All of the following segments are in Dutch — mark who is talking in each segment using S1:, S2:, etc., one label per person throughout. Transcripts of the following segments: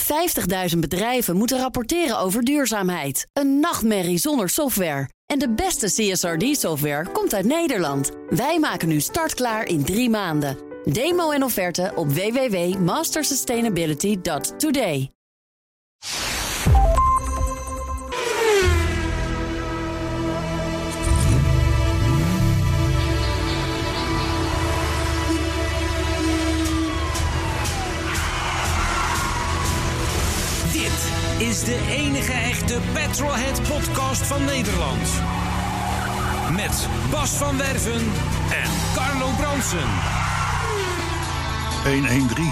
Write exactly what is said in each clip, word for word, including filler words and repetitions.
S1: vijftigduizend bedrijven moeten rapporteren over duurzaamheid. Een nachtmerrie zonder software. En de beste C S R D-software komt uit Nederland. Wij maken nu startklaar in drie maanden. Demo en offerte op w w w punt master sustainability punt today.
S2: Dit is de enige echte Petrolhead-podcast van Nederland. Met Bas van Werven en Carlo Bronsen.
S3: honderddertien.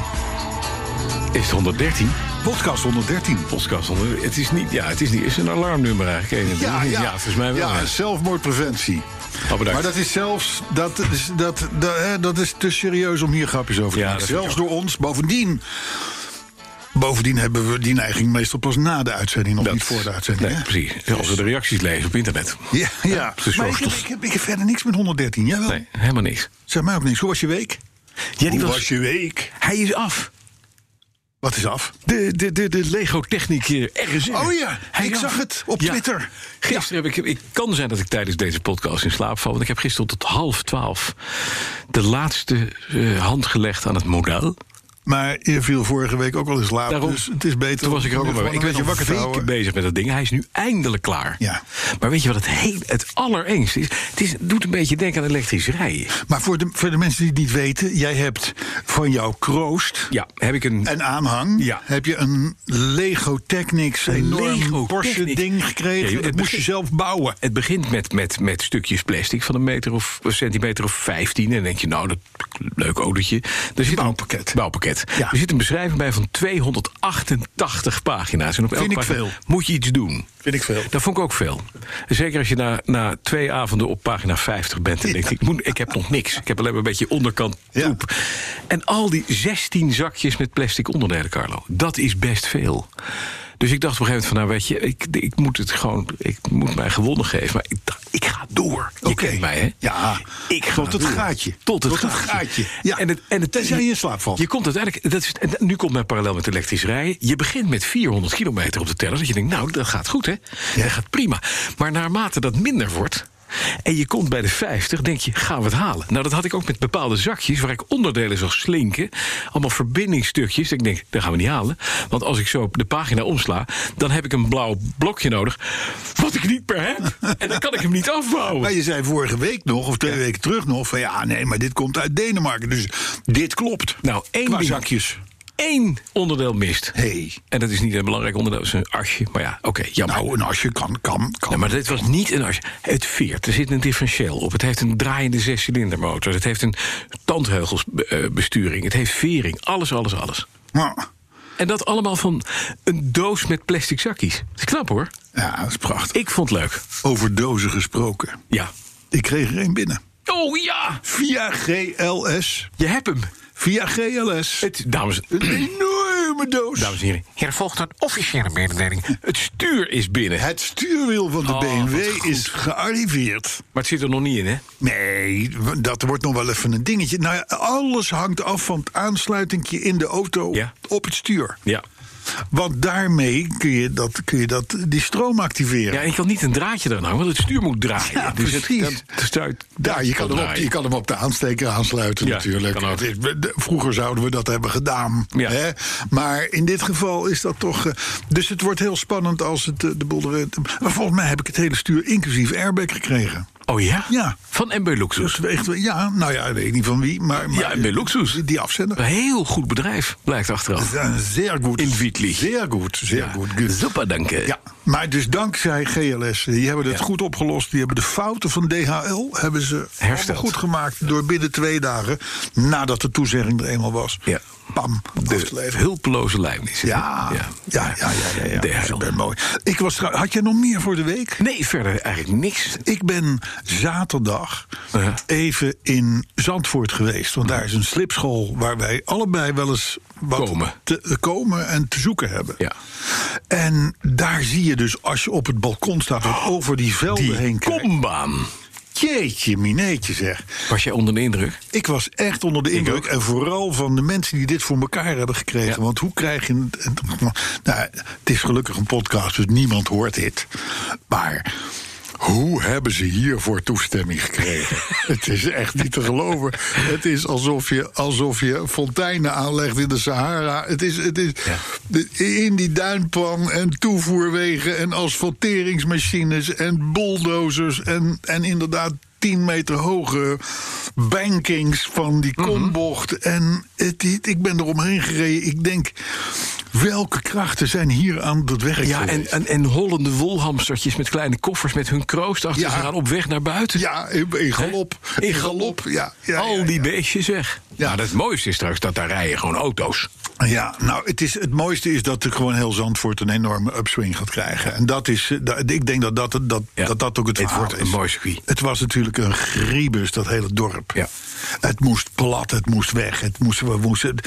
S4: Is het honderddertien?
S3: Podcast honderddertien.
S4: Podcast honderd. Het is niet, ja, het is niet, is een alarmnummer eigenlijk.
S3: Ja, ja,
S4: ja, volgens mij wel.
S3: Ja,
S4: Ja.
S3: zelfmoordpreventie.
S4: Oh, bedankt.
S3: Maar dat is zelfs, dat is, dat, dat, hè, dat is te serieus om hier grapjes over te
S4: Ja,
S3: maken.
S4: dat vind
S3: Zelfs
S4: ik ook.
S3: door ons. Bovendien, bovendien hebben we die neiging meestal pas na de uitzending, nog
S4: Dat-
S3: niet voor de uitzending.
S4: Nee,
S3: hè?
S4: precies. Als we de reacties lezen op internet.
S3: Ja, ja.
S4: dus
S3: Maar
S4: zo
S3: ik heb,
S4: stof.
S3: ik, heb, ik heb verder niks met honderddertien. Jawel.
S4: Nee, helemaal niks.
S3: Zeg mij ook niks. Hoe was je week?
S4: Ja, die
S3: Hoe
S4: was,
S3: was je week?
S4: hij is af.
S3: Wat is af?
S4: De, de, de, de Lego-techniek R S R.
S3: Oh ja,
S4: Hij
S3: ik
S4: is
S3: zag
S4: af.
S3: het op
S4: Ja.
S3: Twitter.
S4: Gisteren heb ik... Ik kan zijn dat ik tijdens deze podcast in slaap val. Want ik heb gisteren tot half twaalf de laatste uh, hand gelegd aan het model.
S3: Maar je viel vorige week ook al in slaap,
S4: Daarom-
S3: dus het is beter.
S4: Toen was ik er ook al
S3: om
S4: mee. Ik
S3: een beetje
S4: ben
S3: wakker te
S4: weken
S3: houden.
S4: bezig met dat ding. Hij is nu eindelijk klaar.
S3: Ja.
S4: Maar weet je wat het, heel, het allerengste is? Het, is? het doet een beetje denken aan elektrisch rijden.
S3: Maar voor de, voor de mensen die het niet weten, jij hebt van jouw kroost
S4: Ja, heb ik een...
S3: en aanhang,
S4: Ja.
S3: heb je een Lego Technics
S4: Een
S3: enorm
S4: Lego
S3: Porsche
S4: Technics.
S3: ding gekregen.
S4: Ja, joh,
S3: dat
S4: het
S3: moest je
S4: begin-
S3: zelf bouwen.
S4: Het begint met, met, met stukjes plastic van een meter of een centimeter of vijftien. En dan denk je, nou, dat leuk autootje. Er zit
S3: Bouwpakket.
S4: Een bouwpakket.
S3: Ja.
S4: Er zit een beschrijving bij van tweehondachtachtig pagina's. En op elke
S3: Vind ik
S4: pagina
S3: veel.
S4: moet je iets doen.
S3: Vind ik veel.
S4: Dat vond ik ook veel. Zeker als je na, na twee avonden op pagina vijftig bent en denkt, ik, moet, ik heb nog niks. Ik heb alleen maar een beetje onderkant
S3: Ja.
S4: troep. En al die zestien zakjes met plastic onderdelen, Carlo. Dat is best veel. Dus ik dacht op een gegeven moment van, nou weet je, ik, ik moet het gewoon, ik moet mij gewonnen geven. Maar ik dacht, ik ga door. Je
S3: Oké.
S4: kent mij, hè?
S3: Ja,
S4: Ik ga
S3: tot het
S4: door.
S3: gaatje.
S4: Tot het
S3: Tot het
S4: gaatje.
S3: gaatje. Ja.
S4: En het, en het,
S3: Tenzij je in slaap valt.
S4: Je komt uiteindelijk, dat is, en nu komt mijn parallel met elektrisch rijden. Je begint met vierhonderd kilometer op de teller. Dat je denkt, nou, dat gaat goed, hè? Dat gaat prima. Maar naarmate dat minder wordt, en je komt bij de vijftig, denk je, gaan we het halen? Nou, dat had ik ook met bepaalde zakjes, waar ik onderdelen zag slinken. Allemaal verbindingsstukjes. Ik denk, dat gaan we niet halen. Want als ik zo de pagina omsla, dan heb ik een blauw blokje nodig, wat ik niet meer heb. En dan kan ik hem niet afbouwen.
S3: Maar je zei vorige week nog, of twee weken terug nog, van ja, nee, maar dit komt uit Denemarken. Dus dit klopt.
S4: Nou, één
S3: Qua
S4: ding.
S3: zakjes.
S4: Eén onderdeel mist.
S3: Hey.
S4: En dat is niet een belangrijk onderdeel, dat is een asje. Maar ja, oké, jammer.
S3: Nou, een asje kan, kan, kan.
S4: Ja, maar dit was niet een asje. Het veert, er zit een differentieel op. Het heeft een draaiende zescilindermotor. Het heeft een tandheugelsbesturing. Het heeft vering. Alles, alles, alles.
S3: Nou,
S4: En dat allemaal van een doos met plastic zakjes. Dat is knap, hoor.
S3: ja, dat is prachtig.
S4: Ik vond het leuk.
S3: Over dozen gesproken.
S4: Ja.
S3: Ik kreeg er een binnen.
S4: Oh ja!
S3: Via G L S.
S4: Je hebt hem.
S3: Via G L S.
S4: Het, dames,
S3: Een enorme doos.
S4: dames en heren. Hier volgt een officiële mededeling. Het stuur is binnen.
S3: Het stuurwiel van de
S4: Oh,
S3: B M
S4: wat
S3: W
S4: goed.
S3: is gearriveerd.
S4: Maar het zit er nog niet in, hè?
S3: Nee, dat wordt nog wel even een dingetje. Nou ja, alles hangt af van het aansluitingje in de auto
S4: Ja.
S3: op het stuur.
S4: Ja.
S3: Want daarmee kun je, dat, kun je dat, die stroom activeren.
S4: Ja, en je kan niet een draadje eraan hangen, want het stuur moet draaien.
S3: Ja,
S4: dus het,
S3: precies.
S4: dat, het stuit-
S3: Ja, je kan, hem op,
S4: draaien.
S3: je kan hem op de aansteker aansluiten
S4: Ja,
S3: natuurlijk.
S4: kan ook.
S3: Het is- de- Vroeger zouden we dat hebben gedaan.
S4: Ja.
S3: Hè? Maar in dit geval is dat toch... eh, dus het wordt heel spannend als het eh, de boel erin... Maar volgens mij heb ik het hele stuur inclusief airbag gekregen.
S4: Oh ja?
S3: Ja.
S4: Van M B Luxus.
S3: Dus weegt, ja, nou ja, weet ik niet van wie. Maar, maar
S4: Ja, M B Luxus.
S3: Die, die afzender.
S4: Een heel goed bedrijf, blijkt achteraf.
S3: Ja, zeer goed.
S4: In Wiedli.
S3: Zeer goed, zeer
S4: Ja.
S3: goed.
S4: Super, dank je.
S3: Ja, maar dus dankzij G L S, die hebben het
S4: Ja.
S3: goed opgelost. Die hebben de fouten van D H L hebben ze
S4: Hersteld.
S3: allemaal goed gemaakt door binnen twee dagen, nadat de toezegging er eenmaal was.
S4: Ja.
S3: Pam, af te
S4: De
S3: leveren.
S4: hulpeloze lijm is het.
S3: Ja, ja, ja, ja, ja, ja,
S4: De
S3: ja.
S4: hel.
S3: Super mooi. Ik was trouw- had jij nog meer voor de week?
S4: Nee, verder eigenlijk niks.
S3: Ik ben zaterdag
S4: Ja.
S3: even in Zandvoort geweest. Want daar is een slipschool waar wij allebei wel eens wat
S4: Komen.
S3: te komen en te zoeken hebben.
S4: Ja.
S3: En daar zie je dus, als je op het balkon staat, wat over die velden heen
S4: Die
S3: kijkt.
S4: kombaan.
S3: Jeetje, mineetje zeg.
S4: Was jij onder de indruk?
S3: Ik was echt onder de indruk. En vooral van de mensen die dit voor elkaar hebben gekregen. Ja. Want hoe krijg je... Nou, het is gelukkig een podcast, dus niemand hoort dit. Maar... hoe hebben ze hiervoor toestemming gekregen? Het is echt niet te geloven. Het is alsof je, alsof je fonteinen aanlegt in de Sahara. Het is, het is ja. in die duinpan en toevoerwegen en asfalteringsmachines en bulldozers en, en inderdaad tien meter hoge bankings van die kombocht. Mm-hmm. En het, ik ben eromheen gereden. Ik denk, welke krachten zijn hier aan het werk
S4: Ja,
S3: geweest?
S4: en, en, en hollende wolhamstertjes met kleine koffers met hun kroost achter
S3: Ja.
S4: ze gaan op weg naar buiten.
S3: Ja, in, in galop.
S4: In galop.
S3: Ja, ja,
S4: Al
S3: ja,
S4: die
S3: ja.
S4: beestjes weg.
S3: Ja.
S4: Nou, het mooiste is trouwens dat daar rijden gewoon auto's.
S3: Ja, nou, het, is, het mooiste is dat er gewoon heel Zandvoort een enorme upswing gaat krijgen. En dat is, eh, dat, ik denk dat dat, dat,
S4: Ja.
S3: dat, dat ook het
S4: Het
S3: verhaal
S4: wordt
S3: is.
S4: een mooi circuit.
S3: Het was natuurlijk een griebus, dat hele dorp.
S4: Ja.
S3: Het moest plat, het moest weg. Het, moest, we moesten,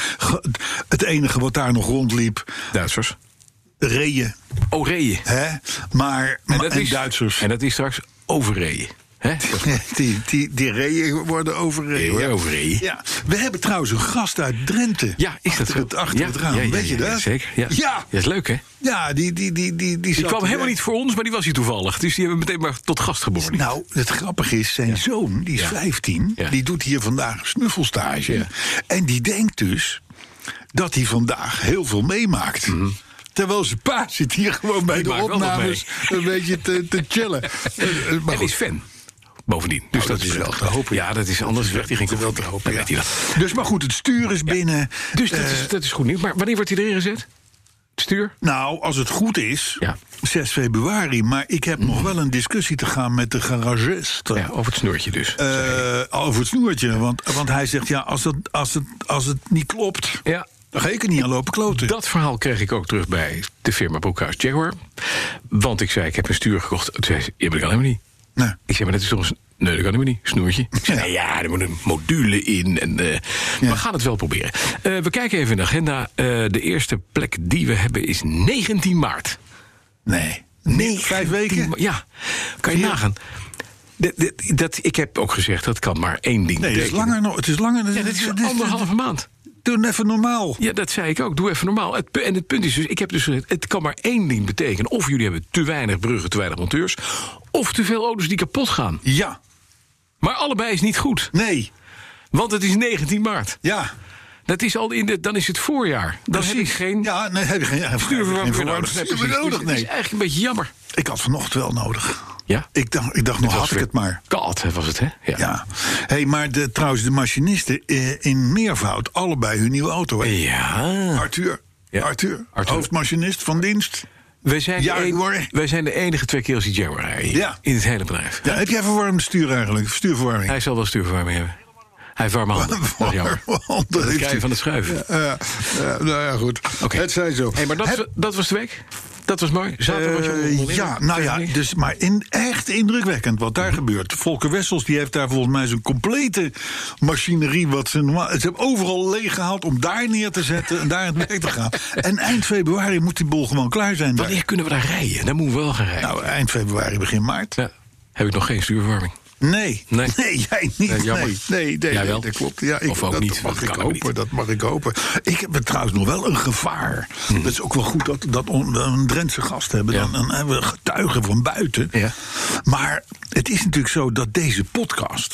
S3: het enige wat daar nog rondliep,
S4: Duitsers.
S3: reeën.
S4: Oh, reeën.
S3: Hè? Maar,
S4: En
S3: maar
S4: dat
S3: en
S4: is,
S3: Duitsers.
S4: En dat is straks overreeën. Hè?
S3: Die, die, die reeën worden overreden. hoor.
S4: Ja, overreeën.
S3: Ja. We hebben trouwens een gast uit Drenthe.
S4: Ja, is dat
S3: achter
S4: zo?
S3: het, achter
S4: ja,
S3: het raam.
S4: ja, ja,
S3: Weet je
S4: ja,
S3: dat?
S4: ja, zeker. Ja.
S3: Ja.
S4: Ja, is leuk, hè?
S3: Ja, die, die, die, die, die,
S4: Die
S3: zat
S4: kwam
S3: er-
S4: helemaal niet voor ons, maar die was hier toevallig. Dus die hebben we meteen maar tot gast geboren.
S3: Nou, het grappige is, zijn zoon, die is
S4: Ja.
S3: vijftien...
S4: Ja.
S3: die doet hier vandaag een snuffelstage.
S4: Ja.
S3: En die denkt dus dat hij vandaag heel veel meemaakt.
S4: Mm-hmm.
S3: Terwijl zijn pa zit hier gewoon bij
S4: Die
S3: de
S4: maakt wel wat
S3: opnames een beetje te, te chillen. Eh, eh, maar
S4: En
S3: goed.
S4: is fan. Bovendien. Dus
S3: Nou, dat is wel te hopen.
S4: Ja, dat is anders. Weg, die ging
S3: wel te
S4: hopen.
S3: hopen.
S4: Dan
S3: Ja.
S4: weet hij dat.
S3: Dus maar goed, het stuur is binnen.
S4: Dus dat,
S3: Eh,
S4: is, dat is goed nieuws. Maar wanneer wordt hij erin gezet? Het stuur?
S3: Nou, als het goed is,
S4: Ja.
S3: zes februari. Maar ik heb nog wel een discussie te gaan met de garagist.
S4: Ja, over het snoertje dus.
S3: Eh, over het snoertje. Want, want hij zegt, ja, als het, als, het, als het niet klopt,
S4: ja.
S3: dan ga ik er niet aan lopen kloten.
S4: Dat verhaal kreeg ik ook terug bij de firma Broekhuis Jaguar. Want ik zei, ik heb een stuur gekocht. Toen zei ze, ja, maar dat kan helemaal niet.
S3: Nee.
S4: Ik zei, maar dat is toch een... Nee, dat kan helemaal niet. Snoertje. Ik zei,
S3: Ja.
S4: nee, ja, er moet een module in. En, uh,
S3: Ja.
S4: We gaan het wel proberen. Uh, we kijken even in de agenda. Uh, de eerste plek die we hebben is negentien maart.
S3: Nee. Nee, vijf weken?
S4: Ja, kan je
S3: Ja.
S4: nagaan. Dat, dat, dat, ik heb ook gezegd, dat kan maar één ding
S3: Nee, het is
S4: betekenen.
S3: langer nog. Het is langer.
S4: Ja, dat is
S3: dit-
S4: anderhalve maand.
S3: Doe even normaal.
S4: Ja, dat zei ik ook. Doe even normaal. Het, pu- en het punt is dus, ik heb dus gezegd, het kan maar één ding betekenen. Of jullie hebben te weinig bruggen, te weinig monteurs. Of te veel auto's die kapot gaan.
S3: Ja.
S4: Maar allebei is niet goed.
S3: Nee.
S4: Want het is negentien maart.
S3: Ja.
S4: Dat is al in de, dan is het voorjaar. Dan heb ik geen
S3: Ja, nee, heb je geen, heb je geen
S4: stuurverwarming meer nodig.
S3: verwarming
S4: Nee, precies.
S3: nodig.
S4: Dus het is
S3: Nee.
S4: eigenlijk een beetje jammer.
S3: Ik had vanochtend wel nodig.
S4: Ja?
S3: Ik dacht, ik dacht nog,
S4: was
S3: had ik
S4: weer
S3: het maar.
S4: Koud was het, hè? Ja.
S3: Ja. Hey, maar de, trouwens, de machinisten eh, in meervoud, allebei hun nieuwe auto. Hè?
S4: Ja.
S3: Arthur.
S4: Ja.
S3: Arthur.
S4: Arthur.
S3: Hoofdmachinist van dienst.
S4: Wij zijn, de
S3: Jaguar.
S4: een- wij zijn de enige twee keer als die Jaguar rijden.
S3: Ja.
S4: In het hele bedrijf.
S3: Ja, heb jij verwarmd stuur eigenlijk? Stuurverwarming?
S4: Hij zal wel stuurverwarming hebben. Hij heeft warme handen. Dat is jammer.
S3: Want
S4: Dat
S3: heeft
S4: krijg je
S3: hij-
S4: van het schuiven.
S3: Ja, ja, nou ja, goed.
S4: Oké.
S3: Het zij zo.
S4: Hey, maar dat,
S3: Heb-
S4: dat was de week. Dat was mooi. Zaterdag was je
S3: Eh,
S4: ondernemer.
S3: ja, nou ja,
S4: Zeg ik.
S3: dus, maar in, echt indrukwekkend wat daar gebeurt. Volker Wessels die heeft daar volgens mij zijn complete machinerie. Wat ze, normaal, ze hebben overal leeggehaald om daar neer te zetten en daar aan het werk te gaan. En eind februari moet die bol gewoon klaar zijn. Daar.
S4: Wanneer kunnen we daar rijden? Dan moeten we wel gaan rijden.
S3: Nou, eind februari, begin maart.
S4: Ja. Heb ik nog geen stuurverwarming.
S3: Nee.
S4: Nee.
S3: jij niet.
S4: Nee, jammer.
S3: nee, nee, nee,
S4: Jij
S3: nee,
S4: wel?
S3: dat klopt. Ja, ik,
S4: Of ook
S3: dat
S4: niet,
S3: mag
S4: dat
S3: ik
S4: kan ook
S3: hopen.
S4: niet.
S3: Dat mag ik hopen. Ik heb trouwens nog wel een gevaar.
S4: Hmm.
S3: Dat is ook wel goed dat, dat we een Drentse gast hebben.
S4: Ja.
S3: Dan, dan hebben we getuigen van buiten.
S4: Ja.
S3: Maar het is natuurlijk zo dat deze podcast...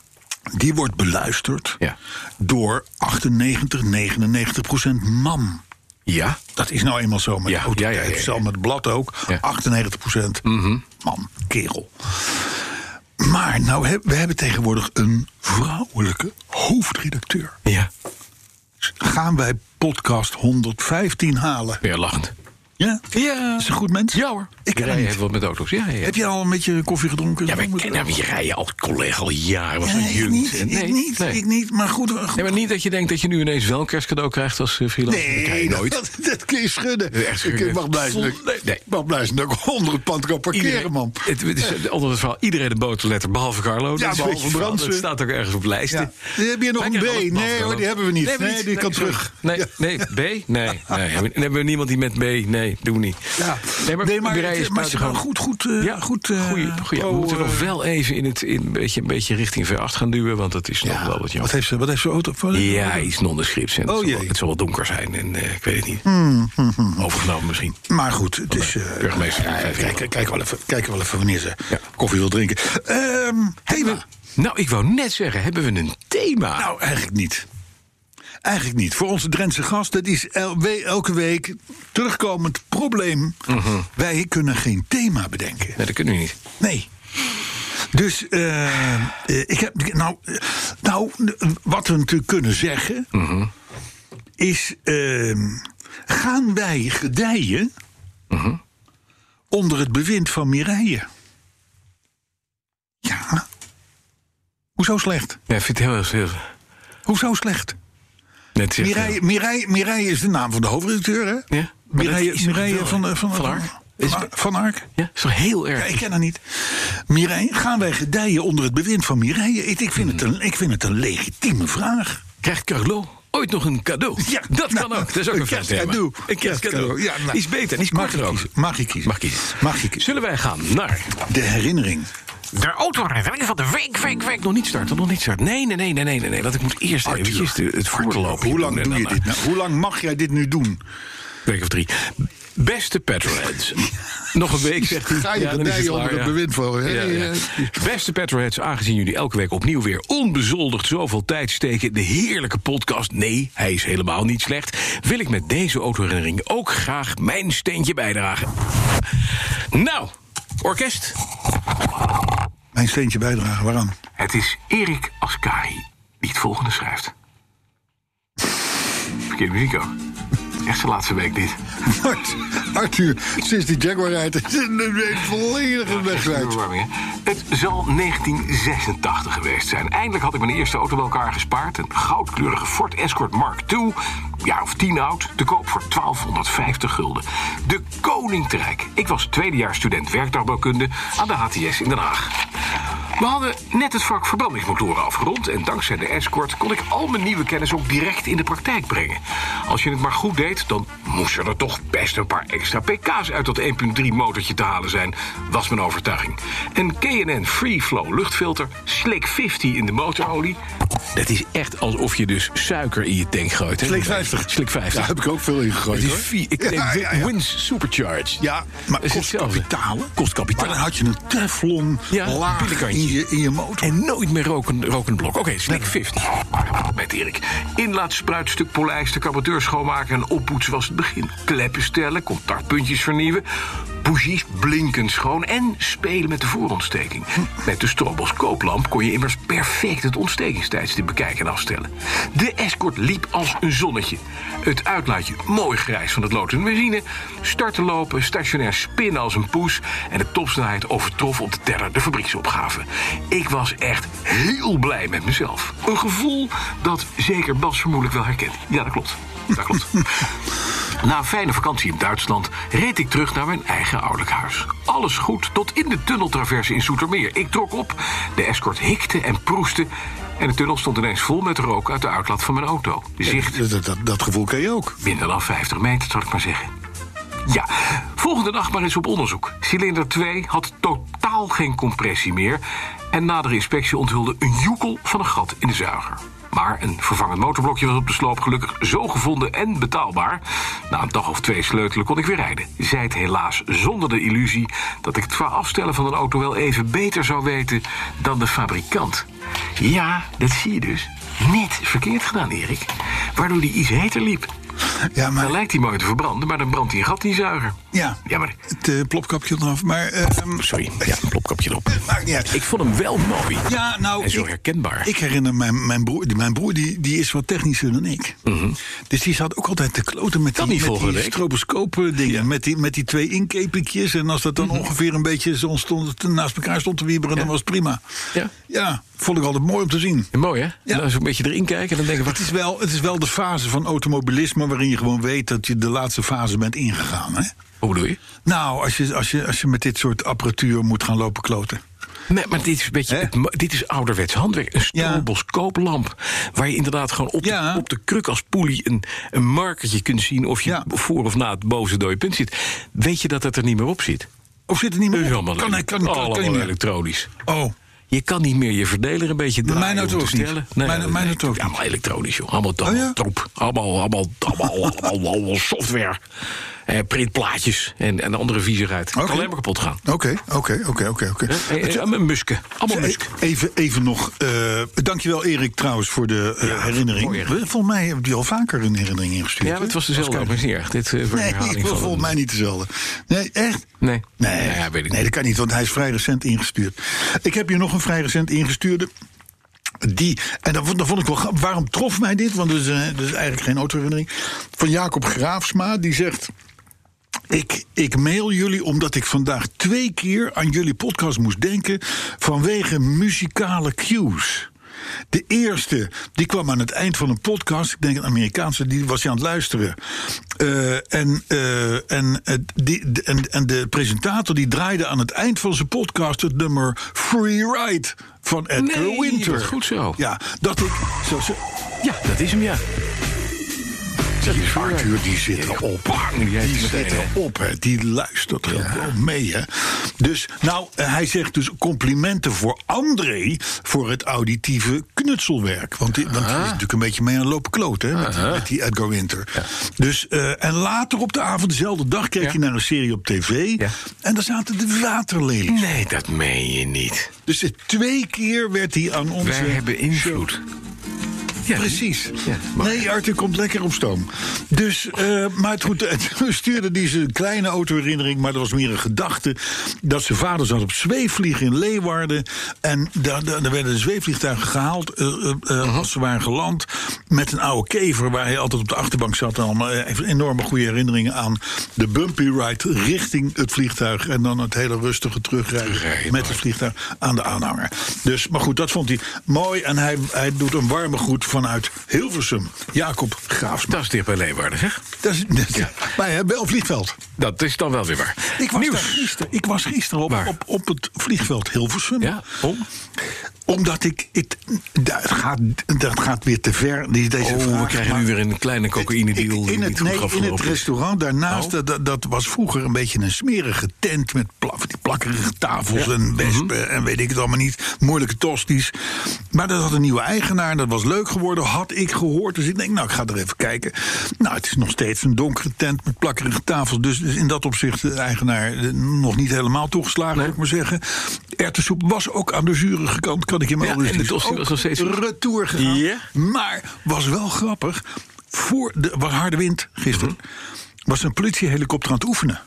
S3: die wordt beluisterd
S4: Ja.
S3: door achtennegentig, negenennegentig procent man.
S4: Ja?
S3: Dat is nou eenmaal zo met
S4: Ja,
S3: de autoriteit.
S4: ja, ja, ja, ja.
S3: Zelfs met het blad ook.
S4: Ja.
S3: achtennegentig procent man, kerel. Maar nou, heb- we hebben tegenwoordig een vrouwelijke hoofdredacteur.
S4: Ja.
S3: Gaan wij podcast honderdvijftien halen?
S4: Ben je lachend?
S3: Ja?
S4: Ja.
S3: Is een goed mens?
S4: Ja hoor.
S3: Ik ken
S4: rij
S3: hem niet.
S4: even wat met auto's. Ja, ja.
S3: Heb je al een beetje koffie gedronken?
S4: Ja, wij
S3: Zo moet
S4: kennen
S3: het
S4: hem. Je rijdt al collega al jaren. Was
S3: Ja,
S4: een
S3: ik
S4: junk.
S3: niet,
S4: En-
S3: ik niet,
S4: nee.
S3: ik niet. Maar goed, goed.
S4: Nee, maar niet dat je denkt dat je nu ineens wel een kerstcadeau krijgt als uh, freelancer. dat krijg je
S3: Nee,
S4: nooit.
S3: dat, dat kun je schudden.
S4: Echt
S3: Ik
S4: schudden.
S3: mag blij zijn dat
S4: Vol- nee, nee.
S3: ik mag blij zijn dat ik onder het pand kan parkeren, man.
S4: Het, het is onder het verhaal iedereen de boterletter, behalve Carlo.
S3: Ja,
S4: Dat is een
S3: behalve
S4: beetje verhaal.
S3: Brandsen.
S4: Dat staat ook ergens op lijsten.
S3: Ja. Heb je nog
S4: Wij
S3: een
S4: krijgen
S3: B?
S4: alles
S3: Nee
S4: behalve
S3: hoor, die
S4: Carlo.
S3: hebben we niet.
S4: Nee,
S3: Nee,
S4: hebben we
S3: die
S4: niet.
S3: kan
S4: Nee, sorry.
S3: terug.
S4: Nee,
S3: Ja.
S4: nee, B? Nee, nee. Hebben we, hebben we niemand die met B? Nee. nee, doen we niet.
S3: Ja.
S4: Nee, maar,
S3: nee, maar,
S4: Mireille is
S3: het, maar ze gaan goed, goed, uh,
S4: ja,
S3: goed. Uh,
S4: goeie, goeie.
S3: pro,
S4: we moeten
S3: uh,
S4: nog wel even in het, in een, beetje, een beetje richting V acht gaan duwen, want dat is nog
S3: ja,
S4: wel wat jammer.
S3: Wat heeft ze, wat heeft ze auto? Wat
S4: ja, iets nondescripts. En
S3: oh,
S4: het, zal,
S3: jee.
S4: het zal wel donker zijn en uh, ik weet het niet.
S3: Hmm, hmm, hmm.
S4: Overgenomen misschien.
S3: Maar goed, het is. Uh,
S4: burgemeester.
S3: Ja, ja, kijk, kijk, wel even, kijk wel even wanneer ze
S4: ja.
S3: koffie wil drinken. Um, thema.
S4: Nou, ik wou net zeggen, hebben we een thema?
S3: Nou, eigenlijk niet. Eigenlijk niet. Voor onze Drentse gast, dat is el- elke week terugkomend probleem. Mm-hmm. Wij kunnen geen thema bedenken.
S4: Nee, dat kunnen we niet.
S3: Nee. Dus uh, uh, ik heb. Nou, uh, nou, wat we natuurlijk kunnen zeggen. Mm-hmm. Is. Uh, gaan wij gedijen. Mm-hmm. Onder het bewind van Mireille? Ja. Hoezo slecht?
S4: Ja, ik vind het heel heel.
S3: Hoezo slecht?
S4: Net
S3: Mireille, Mireille, Mireille is de naam van de hoofdredacteur, hè?
S4: Ja.
S3: Mireille, Mireille van, van, van,
S4: van Ark.
S3: Van, van Ark.
S4: Ja, is toch heel erg.
S3: Ja, ik ken haar niet. Mireille, gaan wij gedijen onder het bewind van Mireille? Ik, ik, vind, het een, ik vind het een legitieme vraag.
S4: Krijgt Carlo ooit nog een cadeau?
S3: Ja,
S4: dat
S3: nou,
S4: kan ook. Dat is ook
S3: een
S4: een
S3: kerstcadeau.
S4: Een kerstcadeau.
S3: Ja, nou,
S4: iets beter, iets korter ook.
S3: Mag ik kiezen?
S4: Mag kiezen.
S3: Mag ik kiezen?
S4: Zullen wij gaan naar
S3: de herinnering?
S4: De autoherinnering van de week, week, week. Nog niet starten, nog niet starten. Nee, nee, nee, nee, nee, nee. Want ik moet eerst
S3: Arthur,
S4: eventjes de, het voorlopen.
S3: Hoe lang doe je dit nou? Hoe lang mag jij dit nu doen?
S4: Week of drie. Beste petrolheads. Nog een week, zegt hij.
S3: Ga je
S4: ja,
S3: gedijen onder het, het bewind van?
S4: Ja, ja. Beste petrolheads, aangezien jullie elke week opnieuw weer onbezoldigd zoveel tijd steken in de heerlijke podcast. Nee, hij is helemaal niet slecht. Wil ik met deze autoherinnering ook graag mijn steentje bijdragen. Nou, orkest.
S3: Mijn steentje bijdragen, waaraan?
S4: Het is Erik Ascari die het volgende schrijft. Verkeerde muziek ook. Echt zijn laatste week dit.
S3: Arthur, sinds die Jaguar rijdt, is het volledig wegwijs.
S4: Het zal negentien zesentachtig geweest zijn. Eindelijk had ik mijn eerste auto bij elkaar gespaard. Een goudkleurige Ford Escort Mark twee. Jaar of tien oud. Te koop voor twaalfhonderdvijftig gulden. De koning te rijk. Ik was tweedejaars student werktuigbouwkunde aan de H T S in Den Haag. We hadden net het vak verbrandingsmotoren afgerond en dankzij de Escort kon ik al mijn nieuwe kennis ook direct in de praktijk brengen. Als je het maar goed deed, dan moesten er toch best een paar extra pk's uit dat één komma drie motortje te halen zijn, was mijn overtuiging. Een K en N Free Flow luchtfilter, Slick vijftig in de motorolie. Dat is echt alsof je dus suiker in je tank gooit. Hè?
S3: Slick vijftig.
S4: Slick vijftig.
S3: Daar heb ik ook veel in gegooid.
S4: Het is vier, ik denk
S3: ja, ja, ja.
S4: Wins Supercharged.
S3: Ja, maar
S4: is
S3: kost
S4: hetzelfde.
S3: kapitaal.
S4: Kost kapitaal.
S3: Maar dan had je een teflon
S4: Ja,
S3: laag
S4: binnenkantje.
S3: in je, in je motor.
S4: En nooit meer roken, roken blok. Oké, okay, Slick vijftig. Met Erik. Inlaatspruit, stuk polijsten, carburateur schoonmaken en oppoetsen was het begin. Kleppen stellen, contactpuntjes vernieuwen. Bougies blinkend schoon en spelen met de voorontsteking. Met de stroboscooplamp kon je immers perfect het ontstekingstijdstip bekijken en afstellen. De Escort liep als een zonnetje. Het uitlaatje mooi grijs van het lood en benzine. Starten lopen, stationair spinnen als een poes. En de topsnelheid overtrof op de teller de fabrieksopgave. Ik was echt heel blij met mezelf. Een gevoel dat zeker Bas vermoedelijk wel herkent. Ja, dat klopt. Dat klopt. Na een fijne vakantie in Duitsland reed ik terug naar mijn eigen ouderlijk huis. Alles goed tot in de tunneltraverse in Zoetermeer. Ik trok op, de Escort hikte en proestte en de tunnel stond ineens vol met rook uit de uitlaat van mijn auto. Zicht
S3: Ja, dat, dat, dat gevoel ken je ook.
S4: minder dan vijftig meter, zal ik maar zeggen. Ja, volgende dag maar eens op onderzoek. Cilinder twee had totaal geen compressie meer en nadere inspectie onthulde een joekel van een gat in de zuiger. Maar een vervangend motorblokje was op de sloop gelukkig zo gevonden en betaalbaar. Na een dag of twee sleutelen kon ik weer rijden. Zij het helaas zonder de illusie dat ik het qua afstellen van een auto wel even beter zou weten dan de fabrikant. Ja, dat zie je dus. Net verkeerd gedaan, Erik. Waardoor die iets heter liep.
S3: Ja, maar,
S4: Dan lijkt hij mooi te verbranden, maar dan brandt hij een gat in die zuiger.
S3: ja,
S4: Ja, maar...
S3: het uh, plopkapje eraf. Maar, uh,
S4: Sorry, ja, een plopkapje erop.
S3: maakt niet uit.
S4: Ik vond hem wel mooi.
S3: Ja, nou,
S4: En zo
S3: ik,
S4: herkenbaar.
S3: ik herinner mijn, mijn broer, die- mijn broer die, die is wat technischer dan ik. Mm-hmm. Dus die zat ook altijd te kloten met
S4: Kan
S3: die,
S4: niet
S3: met
S4: volgende
S3: die
S4: week.
S3: stroboscopen dingen.
S4: Ja.
S3: Met, die, met die twee inkepingjes. En als dat dan
S4: Mm-hmm.
S3: ongeveer een beetje zo stond, naast elkaar stond te wieberen,
S4: Ja.
S3: dan was het prima.
S4: Ja.
S3: Ja, vond ik altijd mooi om te zien.
S4: Ja, mooi, hè?
S3: Ja.
S4: Dan eens een beetje erin kijken en dan denken we...
S3: Het is, wel, het is wel de fase van automobilisme waarin je gewoon weet dat je de laatste fase bent ingegaan. Hè?
S4: Hoe bedoel je?
S3: Nou, als je, als, je, als je met dit soort apparatuur moet gaan lopen kloten.
S4: Nee, maar dit is een beetje, het, dit is ouderwets handwerk. Een stroboscooplamp. Waar je inderdaad gewoon op de,
S3: Ja.
S4: op de kruk als poelie een, een markertje kunt zien of je
S3: Ja.
S4: voor of na het boze dode punt zit. Weet je dat het er niet meer op zit?
S3: Of zit er niet
S4: Dat
S3: meer
S4: is
S3: op?
S4: allemaal,
S3: Kan, kan, kan, kan,
S4: allemaal
S3: kan niet meer.
S4: elektronisch.
S3: Oh,
S4: Je kan niet meer je verdeler een beetje draaien.
S3: Mijn auto
S4: om
S3: ook
S4: te
S3: niet.
S4: stellen.
S3: Mijn- mijn auto ook
S4: ja,
S3: niet.
S4: allemaal elektronisch, joh. Allemaal, allemaal
S3: Oh, ja?
S4: troep. Allemaal, allemaal, allemaal, allemaal, allemaal software. Eh, printplaatjes en, en andere viezigheid. Het
S3: Oké.
S4: kan alleen maar kapot gaan.
S3: oké, oké, oké, oké, oké.
S4: Eh, eh, musken. Allemaal musken.
S3: Even, even nog, uh, dankjewel Erik trouwens voor de uh,
S4: Ja,
S3: herinnering.
S4: mooi, Erik.
S3: Volgens mij heb ik die al vaker een herinnering ingestuurd.
S4: Ja, maar het was dezelfde,
S3: Als
S4: maar is niet erg. Dit, uh,
S3: Nee,
S4: verhaling
S3: ik was
S4: van
S3: volgens
S4: een-
S3: mij niet dezelfde. Nee, echt?
S4: Nee.
S3: Nee,
S4: Ja, weet ik
S3: nee, dat kan niet, want hij is vrij recent ingestuurd. Ik heb hier nog een vrij recent ingestuurde. Die, en dan, vond- dan vond ik wel grappig. Waarom trof mij dit? Want dat is, uh, dat is eigenlijk geen autoherinnering. Van Jacob Graafsma, die zegt... Ik, ik mail jullie omdat ik vandaag twee keer aan jullie podcast moest denken... vanwege muzikale cues. De eerste, die kwam aan het eind van een podcast. Ik denk een Amerikaanse, die was je aan het luisteren. Uh, en, uh, en, uh, die, de, en, en de presentator die draaide aan het eind van zijn podcast... het nummer Free Ride van Edgar
S4: Nee,
S3: Winter.
S4: wat goed zo.
S3: Ja, dat ik... Zo, zo,
S4: Ja, dat is hem, ja.
S3: die Arthur, die zit erop.
S4: Die
S3: Die
S4: heeft
S3: zit
S4: meteen, hè.
S3: erop, hè. Die luistert gewoon mee, hè. Dus, nou, uh, hij zegt dus complimenten voor André... voor het auditieve knutselwerk. Want, die, want die is natuurlijk een beetje mee aan lopen kloten, hè, met, met die Edgar Winter. Ja. Dus, uh, en later op de avond, dezelfde dag... keek
S4: Ja.
S3: hij naar een serie op tv...
S4: Ja.
S3: en daar zaten de waterlelies.
S4: Nee, dat meen je niet.
S3: Dus het twee keer werd hij aan onze...
S4: Wij hebben invloed. Ja,
S3: Precies.
S4: Ja, maar-
S3: nee, Arthur komt lekker op stoom. Dus, uh, maar het goed, toen stuurde hij zijn kleine autoherinnering... maar dat was meer een gedachte... dat zijn vader zat op zweefvliegen in Leeuwarden... en daar, daar, daar werden de zweefvliegtuigen gehaald... Uh, uh, uh, als ze waren geland... met een oude kever waar hij altijd op de achterbank zat... en allemaal uh, even enorme goede herinneringen aan... de bumpy ride richting het vliegtuig... en dan het hele rustige terugrijden...
S4: Terugrijden,
S3: met het vliegtuig aan de aanhanger. Dus, maar goed, dat vond hij mooi... en hij, hij doet een warme groet vanuit Hilversum. Jacob Graafsma.
S4: Dat is dicht bij Leeuwarden, zeg.
S3: Dat is, dat, ja. Maar ja, wel vliegveld.
S4: Dat is dan wel weer waar.
S3: Ik was,
S4: Nieuws.
S3: daar gisteren, ik was gisteren op,
S4: Waar?
S3: op, op het vliegveld Hilversum.
S4: Ja, om?
S3: Omdat ik... Het, dat, gaat, dat gaat weer te ver, die- deze
S4: Oh,
S3: vraag.
S4: we krijgen
S3: maar
S4: nu weer een kleine cocaïne-deal.
S3: ik-
S4: die
S3: in het,
S4: niet goed
S3: nee, in
S4: afgelopen
S3: het
S4: is.
S3: restaurant daarnaast,
S4: Oh.
S3: dat, dat, dat was vroeger een beetje een smerige tent... met pla, die plakkerige tafels en wespen
S4: Mhm.
S3: en weet ik het allemaal niet. Moeilijke tosties. Maar dat had een nieuwe eigenaar, dat was leuk geworden, had ik gehoord. Dus ik denk, nou, ik ga er even kijken. Nou, het is nog steeds een donkere tent met plakkerige tafels. Dus, dus in dat opzicht de eigenaar eh, nog niet helemaal toegeslagen,
S4: Nee.
S3: zou ik maar zeggen. Erwtensoep was ook aan de zurige kant, kan ik je melden.
S4: Ja,
S3: Dus
S4: en de
S3: die is
S4: tosti
S3: ook
S4: was nog steeds goed.
S3: retour gegaan.
S4: Ja.
S3: Maar was wel grappig. Voor de was harde wind gisteren. Was een politiehelikopter aan het oefenen.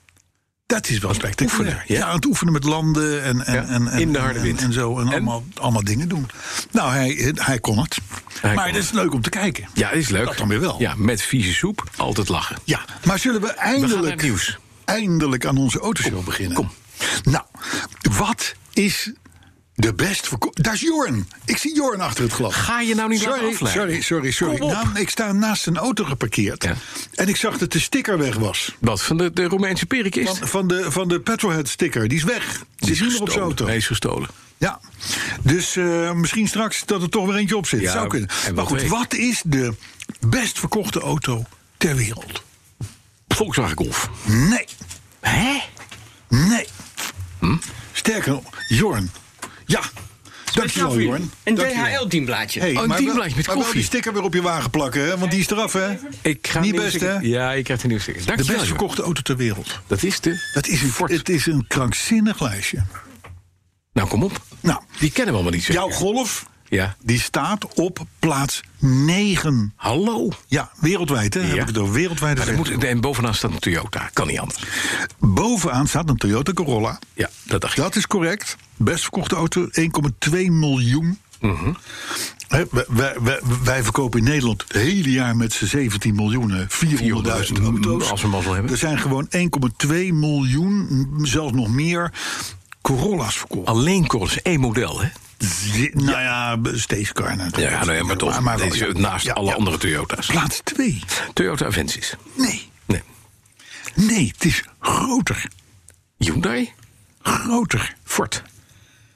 S3: Dat is wel spectaculair.
S4: Oefenen, ja.
S3: Ja, aan het oefenen met landen en, en,
S4: Ja,
S3: en, en,
S4: in de harde
S3: en-
S4: wind.
S3: En, zo. En,
S4: En?
S3: Allemaal, allemaal dingen doen. Nou, hij, hij kon het.
S4: Hij
S3: maar
S4: kon
S3: dat is leuk om te kijken.
S4: Ja, is leuk.
S3: Dat dan weer wel.
S4: Ja, met vieze soep, altijd lachen.
S3: Ja, maar zullen we
S4: We gaan naar
S3: eindelijk,
S4: het nieuws.
S3: eindelijk aan onze autoshow beginnen?
S4: kom.
S3: Nou, wat is de best verkochte... Daar is Jorn. Ik zie Jorn achter het glas.
S4: Ga je nou niet laten
S3: Sorry,
S4: afleiden?
S3: sorry, sorry, sorry.
S4: Kom op.
S3: Nou, ik sta naast een auto geparkeerd.
S4: Ja.
S3: En ik zag dat de sticker weg was.
S4: Wat, van de, de Romeinse perikist?
S3: Van, van, de, van de Petrolhead sticker. Die is weg. Die is niet meer op zijn auto.
S4: Hij is gestolen.
S3: Ja. Dus uh, misschien straks dat er toch weer eentje op zit.
S4: Ja,
S3: Zou kunnen.
S4: en
S3: Maar
S4: wat
S3: goed,
S4: weet.
S3: wat is de best verkochte auto ter wereld?
S4: Volkswagen Golf.
S3: Nee.
S4: Hè?
S3: Nee.
S4: Hm?
S3: Sterker nog, Jorn. Ja. Dankjewel, Jorn.
S5: Een
S3: Dankjewel.
S5: D H L-dienblaadje.
S3: Hey,
S4: Oh, een
S3: maar wel-
S4: dienblaadje met
S3: maar wel
S4: koffie.
S3: die sticker weer op je wagen plakken, hè? Want die is eraf, hè?
S4: Ik ga
S3: Niet
S4: een
S3: best,
S4: nieuwe
S3: hè?
S4: sticker- Ja, ik krijg een nieuwe sticker.
S3: De
S4: Dankjewel,
S3: best
S4: joh.
S3: verkochte auto ter wereld.
S4: Dat is de...
S3: Dat is een,
S4: Ford.
S3: het is een krankzinnig lijstje.
S4: Nou, kom op.
S3: Nou,
S4: Die kennen we allemaal niet zo.
S3: jouw Golf,
S4: Ja.
S3: die staat op plaats negen.
S4: Hallo.
S3: Ja, wereldwijd, hè?
S4: Ja.
S3: Heb ik het over wereldwijde
S4: Maar dan
S3: verkoop.
S4: moet, en bovenaan staat een Toyota. Kan niet anders.
S3: Bovenaan staat een Toyota Corolla.
S4: Ja, dat dacht ik.
S3: Dat is correct. Best verkochte auto, één komma twee miljoen.
S4: Mhm.
S3: Hè, wij, wij, wij, wij verkopen in Nederland het hele jaar met z'n zeventien miljoen, vierhonderdduizend auto's.
S4: Als we mazzel hebben.
S3: Er zijn gewoon één komma twee miljoen, zelfs nog meer, Corolla's verkocht.
S4: Alleen Corollas, één model, hè?
S3: Zi- Nou ja, Stagecar. natuurlijk.
S4: Ja, nee, maar toch.
S3: wel,
S4: Deze,
S3: ja.
S4: naast
S3: Ja,
S4: alle
S3: ja.
S4: andere Toyota's.
S3: Plaats twee.
S4: Toyota Avensis.
S3: Nee,
S4: Nee.
S3: nee, het is groter.
S4: Hyundai.
S3: Groter.
S4: Ford.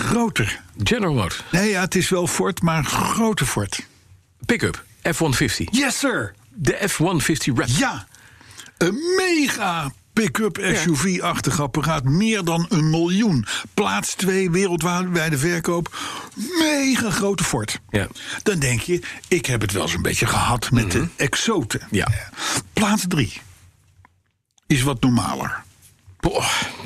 S3: groter.
S4: General Motors.
S3: Nee, ja, het is wel Ford, maar een grote Ford.
S4: Pick-up. F honderdvijftig.
S3: Yes, sir!
S4: De F honderdvijftig Raptor.
S3: Ja, een mega pick-up S U V-achtig apparaat. Meer dan een miljoen. Plaats twee wereldwijde verkoop. Mega grote Ford.
S4: Ja.
S3: Dan denk je, ik heb het wel eens een beetje gehad met
S4: Mm-hmm.
S3: de Exoten.
S4: Ja.
S3: Plaats drie is wat normaler.
S4: Boah,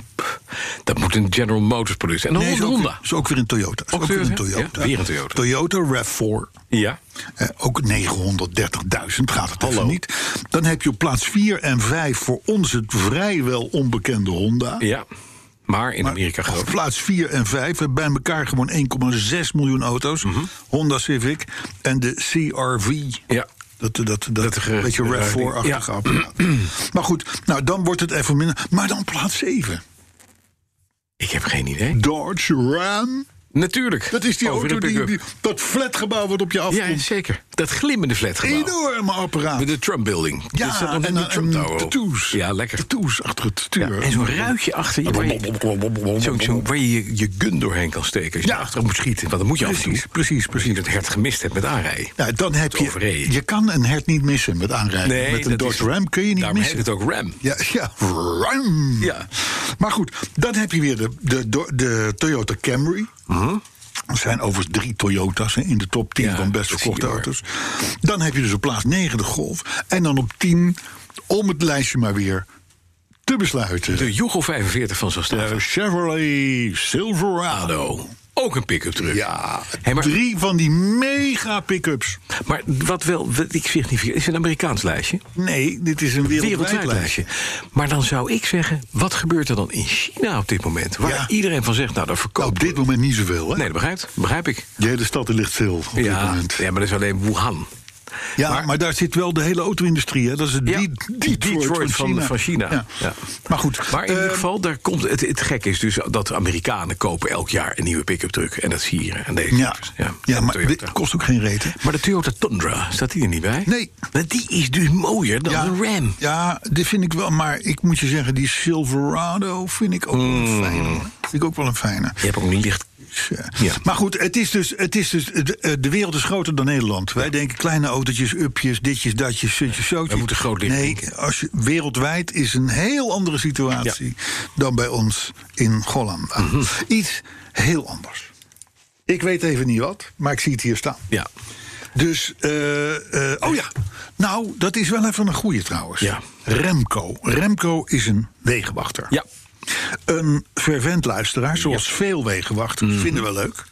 S4: dat moet een General Motors product. En dan
S3: Nee,
S4: een
S3: is ook,
S4: Honda.
S3: weer, is ook weer een Toyota. Is
S4: Ook
S3: ook weer een
S4: Toyota?
S3: Toyota.
S4: Ja, weer een Toyota.
S3: Toyota RAV vier.
S4: Ja.
S3: Eh, ook negenhonderddertigduizend gaat het
S4: Hallo.
S3: even niet. Dan heb je op plaats vier en vijf voor ons het vrijwel onbekende Honda.
S4: Ja. Maar in Amerika
S3: Maar
S4: groot.
S3: plaats vier en vijf hebben bij elkaar gewoon één komma zes miljoen auto's.
S4: Mhm.
S3: Honda Civic en de C R V.
S4: Ja.
S3: Dat, dat, dat,
S4: Dat ge-
S3: beetje RAV
S4: ding.
S3: vier-achtige
S4: Ja.
S3: apparaat. Maar goed, nou dan wordt het even minder. Maar dan plaats zeven.
S4: Ik heb geen idee.
S3: Dodge Ram.
S4: Natuurlijk.
S3: Dat is die
S4: Over
S3: auto,
S4: de
S3: die,
S4: pick-up.
S3: die, dat flatgebouw wat op je afkomt.
S4: Ja, zeker. Dat glimmende flatgebouw.
S3: Enorme apparaat.
S4: Met de Trump Building.
S3: Ja,
S4: Dit staat nog
S3: en,
S4: in de
S3: en,
S4: Trump
S3: en
S4: Tower.
S3: tattoos.
S4: Ja, lekker.
S3: Tattoos achter het stuur.
S4: Ja, en zo'n ruitje achter je waar je, zo, zo, waar je je je gun doorheen kan steken. Als je
S3: Ja.
S4: achterop moet schieten. Want dan moet je af en toe.
S3: Precies, precies,
S4: Als je het hert gemist hebt met aanrijden.
S3: Ja, dan heb je,
S4: overreden.
S3: je kan een hert niet missen met aanrijden.
S4: Nee,
S3: met een
S4: dat
S3: Dodge
S4: is-
S3: Ram kun je niet
S4: Daarom
S3: missen.
S4: heet het ook Ram.
S3: Ja, ja, Ram.
S4: Ja.
S3: Maar goed, dan heb je weer de, de, de, de Toyota Camry. Er zijn overigens drie Toyota's hè, in de top tien
S4: Ja,
S3: van best
S4: dat
S3: verkochte
S4: zie je
S3: auto's. Dan heb je dus op plaats negen de Golf. En dan op tien, om het lijstje maar weer te besluiten.
S4: De Yugo vijfenveertig van Zastava.
S3: De Chevrolet Silverado.
S4: Ook een pick-up truck.
S3: Ja,
S4: Hey, maar-
S3: drie van die mega pick-ups.
S4: Maar wat wel, wat ik zeg niet verkeerd, is een Amerikaans lijstje.
S3: Nee, dit is een wereldwijd
S4: Wereldwijd
S3: lijstje.
S4: lijstje. Maar dan zou ik zeggen, wat gebeurt er dan in China op dit moment? Waar
S3: Ja.
S4: iedereen van zegt, nou, dat
S3: Nou,
S4: verkoopt.
S3: op dit moment niet zoveel, hè?
S4: Nee, dat begrijp, begrijp ik.
S3: De hele stad die ligt stil op dit
S4: Ja,
S3: moment.
S4: ja, maar dat is alleen Wuhan.
S3: Ja, maar,
S4: Maar-
S3: daar zit wel de hele auto-industrie. Hè? Dat is het
S4: Ja,
S3: Die- Detroit,
S4: Detroit van,
S3: China.
S4: van China.
S3: Ja.
S4: Ja.
S3: Maar goed.
S4: Maar in
S3: eh,
S4: ieder geval, daar komt, het, het gekke is dus dat de Amerikanen kopen elk jaar een nieuwe pick-up truck. En dat zie je aan deze
S3: Ja,
S4: types.
S3: ja,
S4: En de
S3: maar
S4: Toyota.
S3: dit kost ook geen reet, hè?
S4: Maar de Toyota Tundra, staat die er niet bij?
S3: Nee.
S4: Maar die is dus mooier dan
S3: Ja,
S4: een Ram.
S3: ja, dit vind ik wel. Maar ik moet je zeggen, die Silverado vind ik ook wel
S4: Mm.
S3: een fijne. hoor. Vind ik ook wel een fijne.
S4: Je hebt ook niet licht. Ja.
S3: Maar goed, het is dus, het is dus de, de wereld is groter dan Nederland. Wij denken kleine autootjes, upjes, ditjes, datjes, zutjes, zootjes.
S4: Wij moeten groot licht
S3: Nee,
S4: denken.
S3: als je, wereldwijd is een heel andere situatie dan bij ons in Holland.
S4: Mhm.
S3: Iets heel anders. Ik weet even niet wat, maar ik zie het hier staan.
S4: Ja.
S3: Dus, eh, eh, oh ja, nou, dat is wel even een goeie trouwens.
S4: Ja.
S3: Remco. Remco is een wegenwachter.
S4: Ja.
S3: Een fervent luisteraar, zoals veel wegenwachters, vinden we leuk.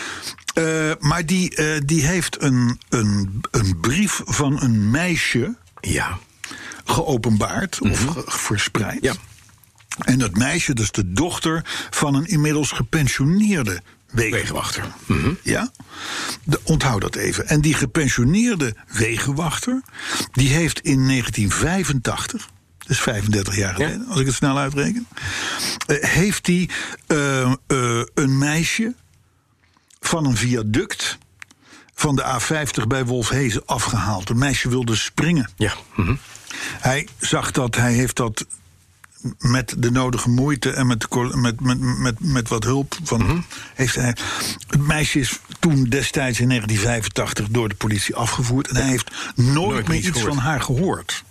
S3: Eh, maar die, eh, die heeft een, een, een brief van een meisje
S4: Ja.
S3: geopenbaard of ge- verspreid.
S4: Ja.
S3: En dat meisje, dat is de dochter van een inmiddels gepensioneerde wegenwachter. Ja? De, onthoud dat even. En die gepensioneerde wegenwachter, die heeft in negentien vijfentachtig, dus vijfendertig jaar geleden,
S4: Ja.
S3: als ik het snel uitreken, eh, heeft hij eh, eh, een meisje van een viaduct van de A vijftig bij Wolfhezen afgehaald. Een meisje wilde springen.
S4: Ja. Mhm.
S3: Hij zag dat, hij heeft dat met de nodige moeite en met, de col- met, met, met, met wat hulp van. Heeft hij, het meisje is toen destijds in negentien vijfentachtig door de politie afgevoerd. En hij heeft nooit,
S4: Nooit
S3: meer
S4: meer
S3: iets
S4: iets
S3: van haar gehoord.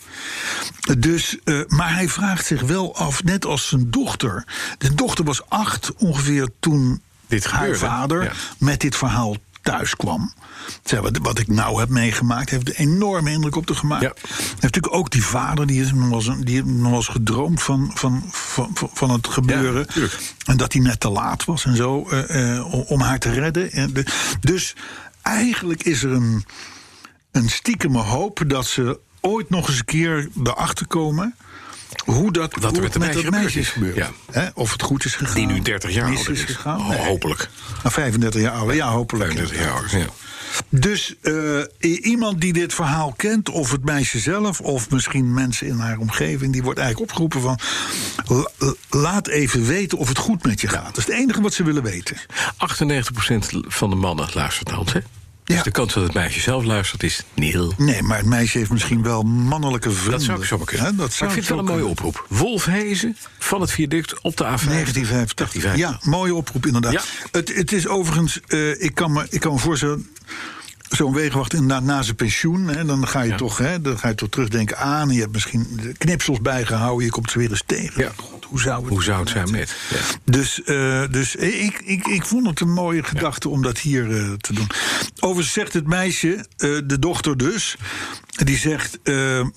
S3: Dus, uh, maar hij vraagt zich wel af, net als zijn dochter. De dochter was acht ongeveer toen
S4: Dit
S3: haar
S4: gebeurde,
S3: vader
S4: ja.
S3: met dit verhaal thuis kwam. Zeg, wat, wat ik nou heb meegemaakt, heeft een enorme indruk op haar gemaakt.
S4: Ja.
S3: Heeft natuurlijk ook die vader, die, is nog wel eens, die heeft nog wel eens gedroomd van, van, van, van het gebeuren.
S4: Ja, tuurlijk.
S3: En dat hij net te laat was en zo, uh, uh, om haar te redden. En de, dus eigenlijk is er een, een stiekeme hoop dat ze ooit nog eens een keer erachter komen hoe dat,
S4: Wat er
S3: hoe
S4: met de
S3: het
S4: meisje
S3: dat meisje is
S4: gebeurd
S3: gebeurd.
S4: is.
S3: Hè, of het goed is gegaan.
S4: Die nu dertig jaar
S3: mis
S4: ouder
S3: is
S4: is.
S3: gegaan.
S4: Oh,
S3: Nee.
S4: hopelijk.
S3: Nou, vijfendertig jaar ouder, ja, hopelijk.
S4: vijfendertig jaar ouder, ja.
S3: Dus uh, iemand die dit verhaal kent, of het meisje zelf, of misschien mensen in haar omgeving, die wordt eigenlijk opgeroepen van, la- laat even weten of het goed met je gaat. Dat is het enige wat ze willen weten.
S4: achtennegentig procent van de mannen luistert naar ons, hè? Dus
S3: Ja.
S4: de kans dat het meisje zelf luistert is nul.
S3: Nee, maar het meisje heeft misschien wel mannelijke vrienden.
S4: Dat zou ik zo maar kunnen.
S3: Hè, dat
S4: Maar
S3: zou
S4: ik vind het wel een
S3: zo
S4: mooie
S3: kunnen.
S4: oproep. Wolfhezen van het viaduct op de A vijf.
S3: negentien vijfentachtig. Ja, mooie oproep inderdaad.
S4: Ja.
S3: Het, het is overigens, uh, ik, kan me, ik kan me voorstellen, zo'n wegenwacht inderdaad na zijn pensioen, hè, dan ga je
S4: Ja.
S3: toch, hè, dan ga je toch terugdenken aan. Je hebt misschien de knipsels bijgehouden, je komt ze weer eens tegen.
S4: Ja.
S3: God, hoe zou het,
S4: Hoe zou het zijn met? Ja.
S3: Dus, uh, dus ik, ik, ik vond het een mooie gedachte om dat hier uh, te doen. Overigens zegt het meisje, uh, de dochter dus, die zegt, uh, uh,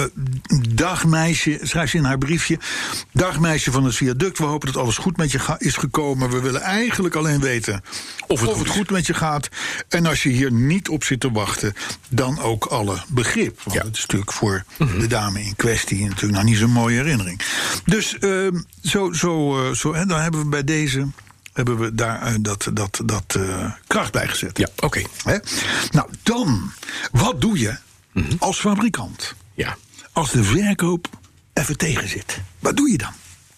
S3: dag meisje, schrijft ze in haar briefje, dag meisje van het viaduct, we hopen dat alles goed met je ga- is gekomen. We willen eigenlijk alleen weten
S4: Of het
S3: of
S4: goed
S3: het
S4: is.
S3: goed met je gaat. En als je hier niet op zit te wachten, dan ook alle begrip. Want
S4: Ja.
S3: het is natuurlijk voor de dame in kwestie natuurlijk nog niet zo'n mooie herinnering. Dus uh, zo, zo, uh, zo, en dan hebben we bij deze hebben we daar uh, dat, dat, dat uh, kracht bij gezet.
S4: Ja, oké. Okay.
S3: Hè? Nou, dan, wat doe je als fabrikant?
S4: Ja.
S3: Als de verkoop even tegen zit. Wat doe je dan?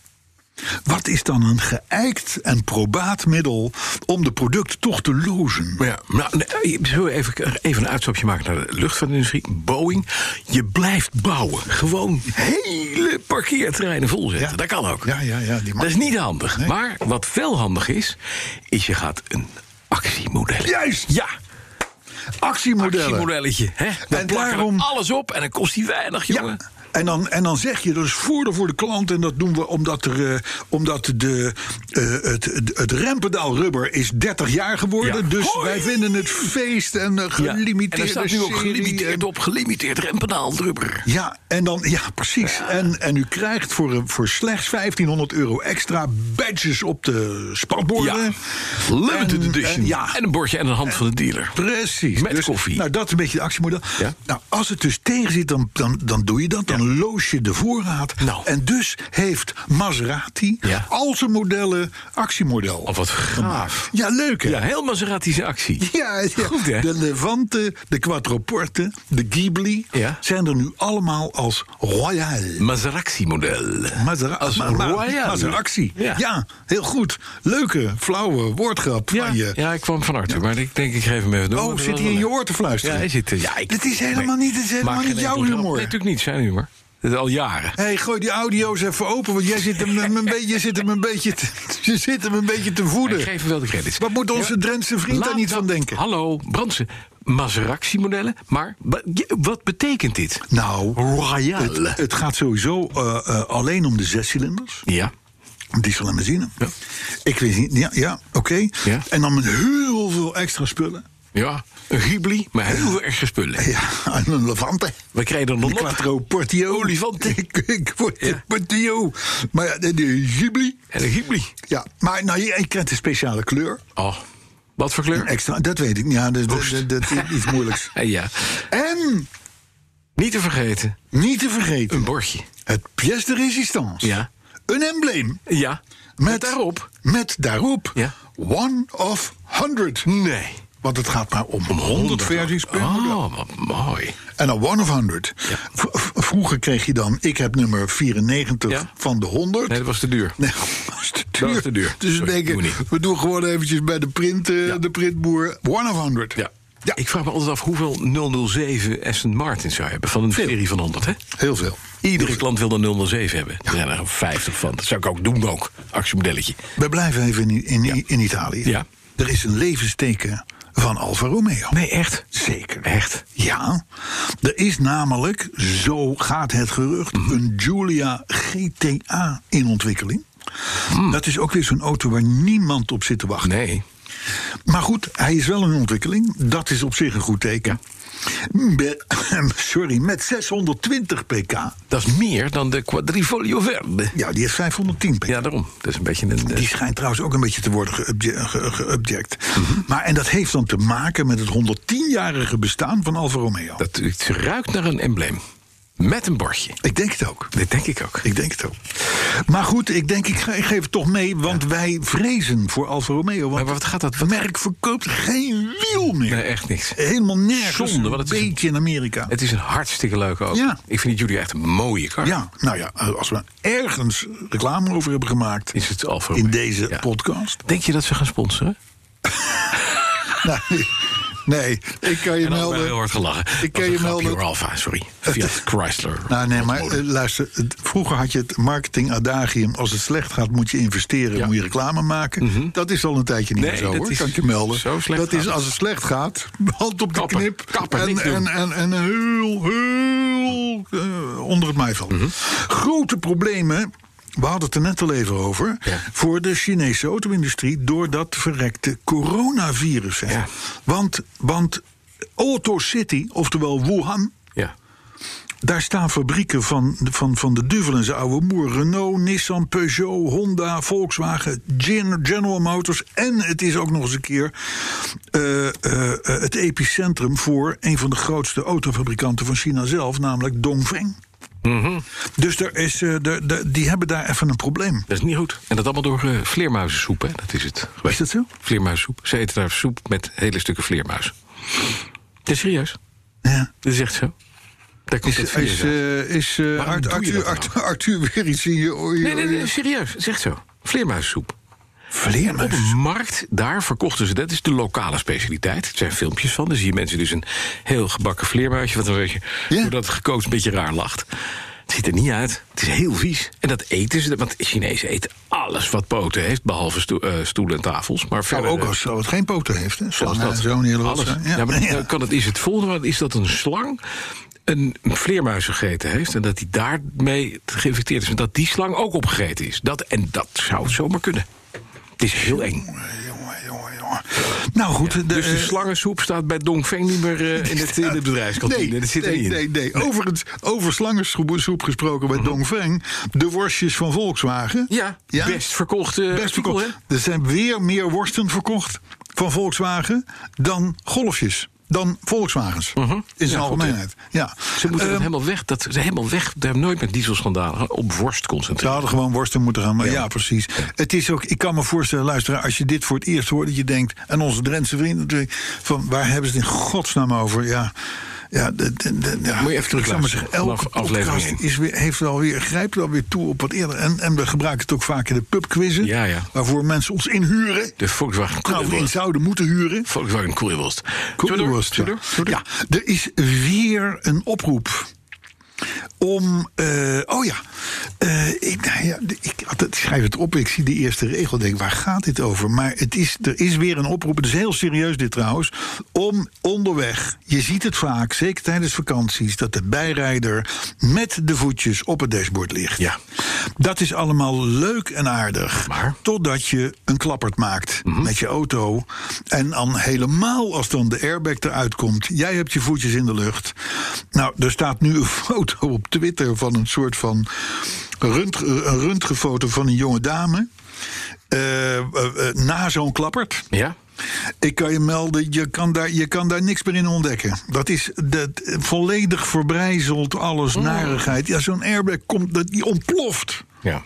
S3: Wat is dan een geëikt en probaat middel om de producten toch te lozen?
S4: Maar ja, nou, nee, zullen we even, even een uitstapje maken naar de luchtvaartindustrie? Boeing, je blijft bouwen. Gewoon hele parkeerterreinen volzetten.
S3: Ja.
S4: Dat kan ook.
S3: Ja, ja, ja. Die
S4: Dat is niet handig.
S3: Nee.
S4: Maar wat wel handig is, is je gaat een actiemodel.
S3: Juist!
S4: Ja,
S3: Actiemodellen.
S4: actiemodelletje. Hè? We
S3: En
S4: plakken
S3: daarom-
S4: er alles op en dan kost die weinig, jongen.
S3: Ja. En dan, en dan zeg je, dat is voordeel voor de klant. En dat doen we omdat, er, uh, omdat de, uh, het, het, het rempedaal rubber is dertig jaar geworden.
S4: Ja.
S3: Dus
S4: Hoi!
S3: wij vinden het feest en uh,
S4: Ja.
S3: gelimiteerde
S4: En er staat nu ook
S3: serie
S4: gelimiteerd
S3: en-
S4: op, gelimiteerd rempedaal rubber.
S3: Ja, en dan, ja, precies.
S4: Ja.
S3: En, en u krijgt voor, een- voor slechts vijftienhonderd euro extra badges op de spatborden.
S4: Ja. Limited
S3: En-
S4: edition.
S3: en- ja.
S4: En een bordje en een hand van de dealer.
S3: Precies.
S4: Met
S3: Dus,
S4: koffie.
S3: Nou, dat is een beetje het actiemodel.
S4: Ja.
S3: Nou, als het dus tegen zit, dan, dan, dan doe je dat. Dan loos je de voorraad.
S4: Nou.
S3: En dus heeft Maserati
S4: Ja.
S3: al zijn modellen actiemodel.
S4: Of wat gaaf.
S3: Ja, leuk hè?
S4: Ja, heel Maseratische actie.
S3: Ja, ja.
S4: Goed, hè?
S3: De Levante, de Quattroporte, de Ghibli
S4: Ja.
S3: zijn er nu allemaal als Royal.
S4: Maserati-model.
S3: Mazera-
S4: Als
S3: Ma- Ma-
S4: Royal.
S3: Mazeractie.
S4: Ja.
S3: Ja. heel goed. Leuke, flauwe woordgrap
S4: Ja,
S3: van je.
S4: ja, ik kwam van Arthur, maar ik denk ik geef hem even door.
S3: Oh,
S4: want
S3: zit
S4: dat
S3: hij in
S4: was
S3: je
S4: wel
S3: oor te
S4: leuk. Ja,
S3: fluisteren?
S4: hij zit... eh, Ja, ik,
S3: Dit is helemaal niet, dit is helemaal
S4: Maak
S3: niet
S4: geen
S3: jouw
S4: enkele grap.
S3: humor.
S4: Nee, natuurlijk niet, zijn humor. Dat is al jaren.
S3: Hé, hey, gooi die audio's even open, want jij zit hem, hem een beetje, je zit hem een beetje te, je zit hem een beetje te voeden.
S4: Ik geef hem wel de credits.
S3: Wat moet onze
S4: Ja.
S3: Drentse vriend daar
S4: Laat
S3: niet
S4: dan-
S3: van denken?
S4: Hallo, Brandsen. Maserati-modellen, maar ba- je- wat betekent dit?
S3: Nou,
S4: Royal.
S3: het, het gaat sowieso uh, uh, alleen om de zescilinders.
S4: Ja.
S3: Diesel en benzine.
S4: Ja.
S3: Ik weet niet, ja, ja oké.
S4: Ja.
S3: En dan met heel veel extra spullen.
S4: Ja, een Ghibli, maar heel veel extra spullen.
S3: Ja, en een Levante.
S4: We kregen er
S3: De
S4: nog op.
S3: Quattro Portio.
S4: Olifante.
S3: Ik, ik word
S4: Ja.
S3: de Portio. Maar ja, de, de Ghibli.
S4: En een Ghibli.
S3: Ja, maar nou, je, je krijgt een speciale kleur.
S4: Oh, wat voor kleur?
S3: Extra, dat weet ik niet. Ja, dat, dat,
S4: Woest.
S3: dat, dat is iets moeilijks.
S4: Eh, ja.
S3: En,
S4: Niet te vergeten,
S3: niet te vergeten,
S4: een bordje.
S3: het pièce de résistance.
S4: Ja.
S3: Een embleem.
S4: Ja. Met daarop.
S3: Met daarop
S4: Ja.
S3: one of hundred.
S4: Nee.
S3: Want het gaat maar om honderd versies per model.
S4: Oh, wat mooi.
S3: En dan one of hundred.
S4: Ja.
S3: V- v- vroeger kreeg je dan, ik heb nummer vierennegentig
S4: Ja.
S3: van de honderd.
S4: Nee, dat was te duur.
S3: Nee, dat is te duur.
S4: Dat is te duur.
S3: Dus we
S4: Sorry,
S3: denken,
S4: doen we niet.
S3: we doen gewoon eventjes bij de, print, eh,
S4: Ja.
S3: de printboer one of hundred.
S4: Ja.
S3: Ja.
S4: Ik vraag me altijd af hoeveel nul nul zeven Aston Martin zou hebben van een
S3: Veel.
S4: serie van honderd, hè?
S3: Heel veel.
S4: Iedere klant wil er nul nul zeven hebben. Er zijn er vijftig van. Dat zou ik ook doen, ook. Actiemodelletje.
S3: We blijven even in, in,
S4: Ja.
S3: in Italië.
S4: Ja.
S3: Er is een levensteken van Alfa Romeo.
S4: Nee, echt?
S3: Zeker.
S4: Echt?
S3: Ja, er is namelijk, zo gaat het gerucht,
S4: Mhm.
S3: een Giulia G T A in ontwikkeling.
S4: Hmm.
S3: Dat is ook weer zo'n auto waar niemand op zit te wachten.
S4: Nee.
S3: Maar goed, hij is wel in ontwikkeling. Dat is op zich een goed teken. Met, sorry, met zeshonderdtwintig pk.
S4: Dat is meer dan de Quadrifoglio Verde.
S3: Ja, die heeft vijfhonderdtien pk.
S4: Ja, daarom. Dat is een beetje een... eh,
S3: Die schijnt trouwens ook een beetje te worden geobje- ge- geobject.
S4: Mhm.
S3: Maar, en dat heeft dan te maken met het honderdtienjarige bestaan van Alfa Romeo.
S4: Dat, het ruikt naar een embleem. Met een bordje.
S3: Ik denk het ook.
S4: Dat denk ik ook.
S3: Ik denk het ook. Maar goed, ik denk, ik, ga, ik geef het toch mee, want wij vrezen voor Alfa Romeo. Want
S4: Maar wat gaat dat...
S3: het merk verkoopt geen wiel meer.
S4: Nee, echt niks.
S3: Helemaal nergens.
S4: Zonde, want het
S3: een
S4: is een-
S3: beetje in Amerika.
S4: Het is een hartstikke leuke auto.
S3: Ja.
S4: Ik vind die Julia echt een mooie kar.
S3: Ja, nou ja, als we ergens reclame over hebben gemaakt
S4: Is het Alfa
S3: in
S4: Romeo.
S3: deze
S4: Ja.
S3: podcast.
S4: Denk je dat ze gaan sponsoren?
S3: Nou, Nee, ik kan je
S4: En dan
S3: melden...
S4: heel hard gelachen.
S3: Ik kan je melden...
S4: Hoor, Alfa, sorry. Fiat Chrysler.
S3: Nou, nee, maar uh, luister. Het, vroeger had je het marketing adagium. Als het slecht gaat, moet je investeren.
S4: Ja.
S3: Moet je reclame maken. Mm-hmm. Dat is al een tijdje niet
S4: nee,
S3: meer zo, hoor.
S4: Is
S3: kan ik je melden.
S4: Zo slecht
S3: dat is als het slecht gaat. Hand op de
S4: Kappen,
S3: knip.
S4: kappen,
S3: en, en, en, en heel, heel uh, onder het maaiveld. Mm-hmm. Grote problemen. We hadden het er net al even over. Ja. Voor de Chinese auto-industrie door dat verrekte coronavirus. Ja. Want, want Auto City, oftewel Wuhan...
S4: Ja.
S3: Daar staan fabrieken van, van, van de duvel en zijn oude moer. Renault, Nissan, Peugeot, Honda, Volkswagen, General Motors. En het is ook nog eens een keer uh, uh, het epicentrum voor een van de grootste autofabrikanten van China zelf, namelijk Dongfeng. Mm-hmm. Dus er is, uh, de, de, die hebben daar even een probleem.
S4: Dat is niet goed. En dat allemaal door uh, vleermuizensoep, hè? Dat is het.
S3: Is dat zo?
S4: Vleermuizensoep. Ze eten daar soep met hele stukken vleermuis. Het is serieus.
S3: Ja.
S4: Dat is echt zo. Daar komt
S3: is is, uh, is uh, Arthur, Arthur, Arthur, Arthur weer iets in je oor?
S4: Nee, nee, nee, serieus. Het is echt zo. Vleermuizensoep.
S3: Vleermuis.
S4: Op een markt, daar verkochten ze, dat is de lokale specialiteit. Er zijn filmpjes van, dan zie je mensen dus een heel gebakken vleermuisje, wat een beetje, yeah. doordat het gekookt een beetje raar lacht. Het ziet er niet uit, het is heel vies. En dat eten ze, want Chinezen eten alles wat poten heeft, behalve sto- uh, stoelen en tafels. Maar verder,
S3: nou, ook als het geen poten heeft, hè?
S4: Zoals dat.
S3: Zo'n hele
S4: alles. Ja. Ja, maar ja. Dan kan het, is het volgende, is dat een slang een vleermuis gegeten heeft en dat die daarmee geïnfecteerd is en dat die slang ook opgegeten is. Dat, en dat zou zomaar kunnen. Het is heel eng.
S3: Jongen, jongen, jongen. Nou goed.
S4: Ja, de, dus de slangensoep staat bij Dongfeng niet meer uh, in, het, in de bedrijfskantine.
S3: Nee,
S4: dat zit er
S3: nee,
S4: niet in.
S3: nee, nee. Over, het, over slangensoep gesproken bij mm-hmm. Dongfeng. De worstjes van Volkswagen.
S4: Ja, ja? best verkocht. Uh,
S3: best verkocht. Er zijn weer meer worsten verkocht van Volkswagen dan golfjes. Dan Volkswagens, uh-huh. in zijn ja, algemeenheid. Ja.
S4: Ze moeten um, helemaal weg. Dat ze helemaal weg. Ze hebben nooit met dieselschandalen op worst concentreren.
S3: Ze hadden gewoon worsten moeten gaan. Maar ja, ja precies. Ja. Het is ook. Ik kan me voorstellen, luisteraar, als je dit voor het eerst hoort, dat je denkt, en onze Drentse vrienden, van waar hebben ze het in godsnaam over? Ja. Ja, de, de, de, ja,
S4: moet je even terugluisteren.
S3: Elke aflevering is weer, heeft wel weer, grijpt wel weer toe op wat eerder. En, en we gebruiken het ook vaak in de pubquizzen.
S4: Ja, ja.
S3: Waarvoor mensen ons inhuren.
S4: De Volkswagen
S3: Currywurst. Nou, zouden moeten huren.
S4: Volkswagen Currywurst.
S3: Currywurst, ja. Ja, er is weer een oproep. Om, uh, oh ja, uh, ik, nou ja ik, ik schrijf het op, ik zie de eerste regel, denk waar gaat dit over? Maar het is, er is weer een oproep, het is heel serieus dit trouwens, om onderweg, je ziet het vaak, zeker tijdens vakanties, dat de bijrijder met de voetjes op het dashboard ligt.
S4: Ja.
S3: Dat is allemaal leuk en aardig,
S4: maar?
S3: Totdat je een klappert maakt mm-hmm. met je auto. En dan helemaal als dan de airbag eruit komt, jij hebt je voetjes in de lucht. Nou, er staat nu een foto op Twitter van een soort van röntg, een röntgenfoto van een jonge dame uh, uh, uh, na zo'n klappert.
S4: Ja.
S3: Ik kan je melden, je kan daar, je kan daar niks meer in ontdekken. Dat is de, volledig verbrijzeld, alles, mm. narigheid. Ja, zo'n airbag komt, dat, die ontploft.
S4: Ja.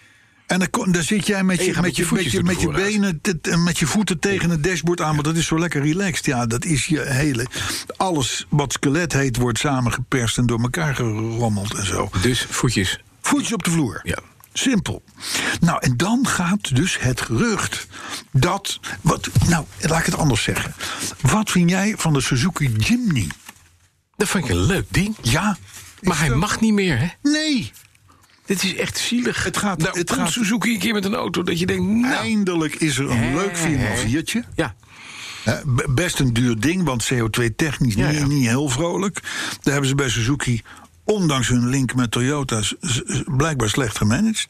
S3: En dan, dan zit jij met je, je, met je, met je, met je benen, te, met je voeten tegen het dashboard aan. Maar dat is zo lekker relaxed. Ja, dat is je hele. Alles wat skelet heet, wordt samengeperst en door elkaar gerommeld en zo.
S4: Dus voetjes.
S3: Voetjes op de vloer.
S4: Ja.
S3: Simpel. Nou, en dan gaat dus het gerucht dat. Wat, nou, laat ik het anders zeggen. Wat vind jij van de Suzuki Jimny?
S4: Dat vind ik een leuk ding.
S3: Ja.
S4: Maar hij mag niet meer, hè?
S3: Nee.
S4: Dit is echt zielig.
S3: Het gaat,
S4: nou,
S3: het gaat
S4: Suzuki een keer met een auto dat je denkt, nou.
S3: Eindelijk is er een hey, leuk vier nul viertje.
S4: Ja.
S3: Uh, best een duur ding, want C O twee technisch ja, niet, ja. niet heel vrolijk. Daar hebben ze bij Suzuki, ondanks hun link met Toyota, blijkbaar slecht gemanaged.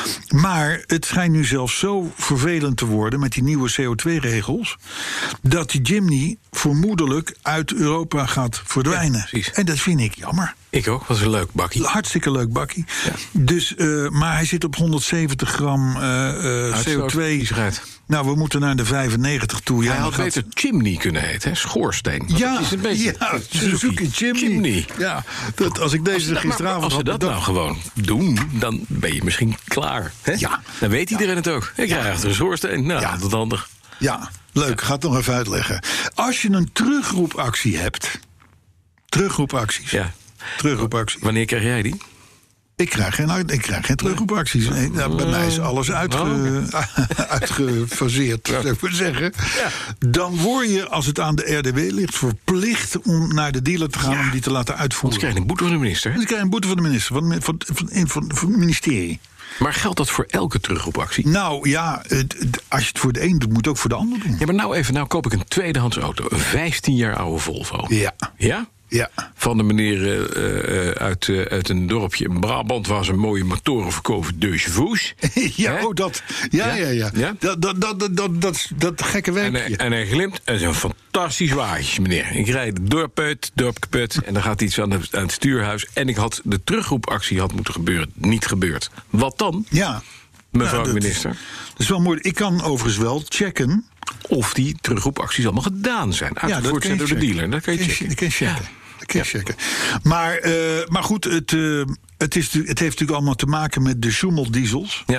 S3: Maar het schijnt nu zelfs zo vervelend te worden met die nieuwe C O twee regels... dat die Jimny vermoedelijk uit Europa gaat verdwijnen. Ja, en dat vind ik jammer.
S4: Ik ook, was een leuk bakkie.
S3: Hartstikke leuk bakkie. Ja. Dus, uh, maar hij zit op honderdzeventig gram uh, uh, C O twee. Nou, we moeten naar de vijfennegentig toe.
S4: Hij
S3: ja,
S4: had beter gaat... Chimney kunnen heten, hè? Schoorsteen.
S3: Ja,
S4: is een beetje
S3: ja, Suzuki Chimney. Chimney. Ja, dat, als ik deze als gisteravond
S4: Als ze dat
S3: had,
S4: nou gewoon doen, dan ben je misschien klaar. Hè?
S3: Ja.
S4: Dan weet iedereen ja. het ook. Ik krijg achter een schoorsteen. Nou, ja. dat is handig.
S3: Ja, leuk. Ja. Ga het nog even uitleggen. Als je een terugroepactie hebt... Terugroepacties.
S4: Ja.
S3: Terugroepactie.
S4: Wanneer krijg jij die?
S3: Ik krijg geen, ik krijg geen terugroepacties. Nee, nou, bij mij is alles uitge, oh, okay. uitgefaseerd, zou ik maar zeggen. Ja. Dan word je, als het aan de R D W ligt, verplicht om naar de dealer te gaan ja. om die te laten uitvoeren.
S4: Dan krijg je een boete van de minister.
S3: Dan krijg je een boete van de minister, van, van, van, van, van, van het ministerie.
S4: Maar geldt dat voor elke terugroepactie?
S3: Nou ja, het, het, als je het voor de een doet, moet je het ook voor de ander doen.
S4: Ja, maar nou even, nou koop ik een tweedehands auto. Een vijftien jaar oude Volvo.
S3: Ja.
S4: Ja?
S3: Ja.
S4: Van de meneer uh, uit, uh, uit een dorpje in Brabant waar ze een mooie motoren verkopen, deux chevaux.
S3: ja, oh, dat. Ja, ja, ja. ja. Dat, dat, dat, dat, dat, dat, dat gekke werkje.
S4: En, en hij glimt. Het is een fantastisch wagentje, meneer. Ik rijd het dorp uit, dorp kapot. En dan gaat iets aan, de, aan het stuurhuis. En ik had de terugroepactie had moeten gebeuren. Niet gebeurd. Wat dan?
S3: Ja.
S4: Mevrouw
S3: ja,
S4: de minister.
S3: Dat is wel mooi. Ik kan overigens wel checken
S4: of die terugroepacties allemaal gedaan zijn. Uitgevoerd zijn door de dealer. Dat kan je checken.
S3: Dat kan je checken. Ja. Dat kan je checken. Maar, uh, maar goed, het, uh, het, is, het heeft natuurlijk allemaal te maken met de Schumel-diesels.
S4: Ja.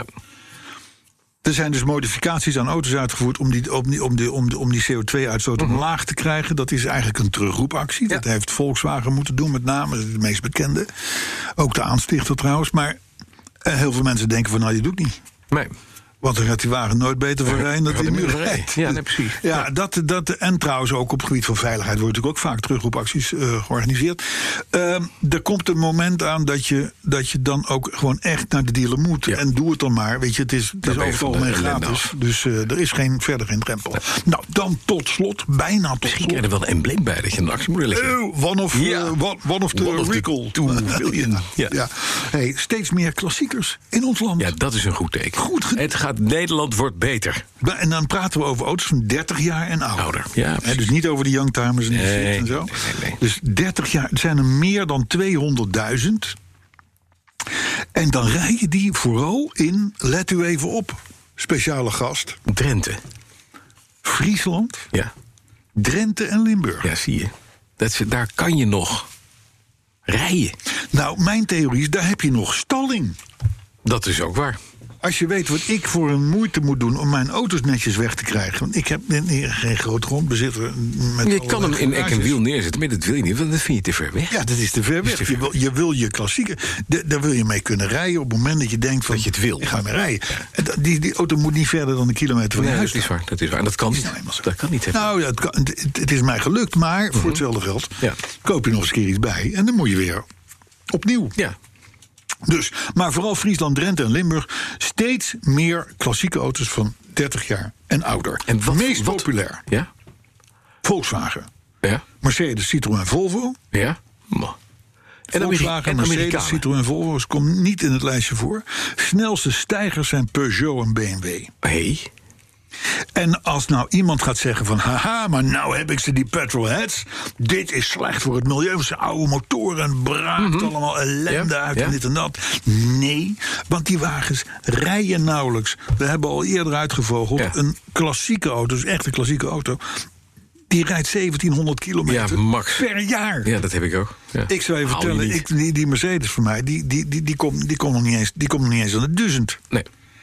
S3: Er zijn dus modificaties aan auto's uitgevoerd om die, om die, om die, om die, om die C O twee uitstoot mm-hmm. omlaag te krijgen. Dat is eigenlijk een terugroepactie. Ja. Dat heeft Volkswagen moeten doen, met name de meest bekende. Ook de aanstichter trouwens. Maar uh, heel veel mensen denken van, nou, die doe ik niet.
S4: Nee.
S3: Want dan gaat die wagen nooit beter voor rijden dan hij nu rijdt.
S4: Ja, nee, precies.
S3: Ja, ja. Dat, dat, en trouwens ook op het gebied van veiligheid worden natuurlijk ook vaak terugroepacties uh, georganiseerd. Uh, er komt een moment aan dat je, dat je dan ook gewoon echt naar de dealer moet. Ja. En doe het dan maar. Weet je, het is, het is over het algemeen gratis. Dus uh, er is geen, verder geen drempel. Ja. Nou, dan tot slot, bijna tot
S4: Misschien
S3: slot.
S4: krijg je er wel een embleem bij dat je een actie moet leggen.
S3: Uh, one of, ja. uh, one, one of the one of recall.
S4: The
S3: ja. Ja. Ja. Hey, steeds meer klassiekers in ons land.
S4: Ja, dat is een goed teken.
S3: Goed gedaan.
S4: Het gaat, Nederland wordt beter.
S3: En dan praten we over auto's van dertig jaar en ouder. ouder.
S4: Ja,
S3: He, dus niet over de youngtimers en die
S4: nee,
S3: shit en zo.
S4: Nee, nee, nee.
S3: Dus dertig jaar, het zijn er meer dan tweehonderdduizend. En dan rij je die vooral in, let u even op, speciale gast.
S4: Drenthe.
S3: Friesland.
S4: Ja.
S3: Drenthe en Limburg.
S4: Ja, zie je. Dat is, daar kan je nog rijden.
S3: Nou, mijn theorie is, daar heb je nog stalling.
S4: Dat is ook waar.
S3: Als je weet wat ik voor een moeite moet doen om mijn auto's netjes weg te krijgen. Want ik heb geen groot grondbezitter. Met
S4: je kan hem in ek en wiel neerzetten, maar dat wil je niet, want dat vind je te ver weg.
S3: Ja, dat is te ver weg. Te ver. Je, wil, je wil je klassieke, de, daar wil je mee kunnen rijden op het moment dat je denkt van,
S4: dat je het wil.
S3: Ik ga mee rijden. Die, die auto moet niet verder dan een kilometer van je
S4: nee,
S3: huis.
S4: Dat is waar, dat is waar. En dat kan niet. Nou dat kan niet.
S3: Nou, ja, het, kan, het, het is mij gelukt, maar uh-huh. voor hetzelfde geld ja. koop je nog eens een keer iets bij en dan moet je weer opnieuw.
S4: Ja.
S3: Dus, maar vooral Friesland, Drenthe en Limburg, steeds meer klassieke auto's van dertig jaar en ouder.
S4: En wat
S3: meest
S4: wat,
S3: populair?
S4: Ja?
S3: Volkswagen.
S4: Ja?
S3: Mercedes, Citroën, Volvo.
S4: Ja?
S3: En Volkswagen, en Mercedes, Citroën en Volvo komt niet in het lijstje voor. Snelste stijgers zijn Peugeot en B M W.
S4: Hey.
S3: En als nou iemand gaat zeggen van, haha, maar nou heb ik ze die petrolheads. Dit is slecht voor het milieu. Ze oude motoren en braakt mm-hmm. allemaal ellende ja, uit ja. en dit en dat. Nee, want die wagens rijden nauwelijks. We hebben al eerder uitgevogeld. Ja. Een klassieke auto, dus echt een klassieke auto, die rijdt zeventienhonderd kilometer
S4: ja, max.
S3: per jaar.
S4: Ja, dat heb ik ook. Ja.
S3: Ik zou je vertellen, ik, die, die Mercedes voor mij, die, die, die, die komt die kom nog, niet eens, die komt nog niet eens aan de duizend.
S4: Nee.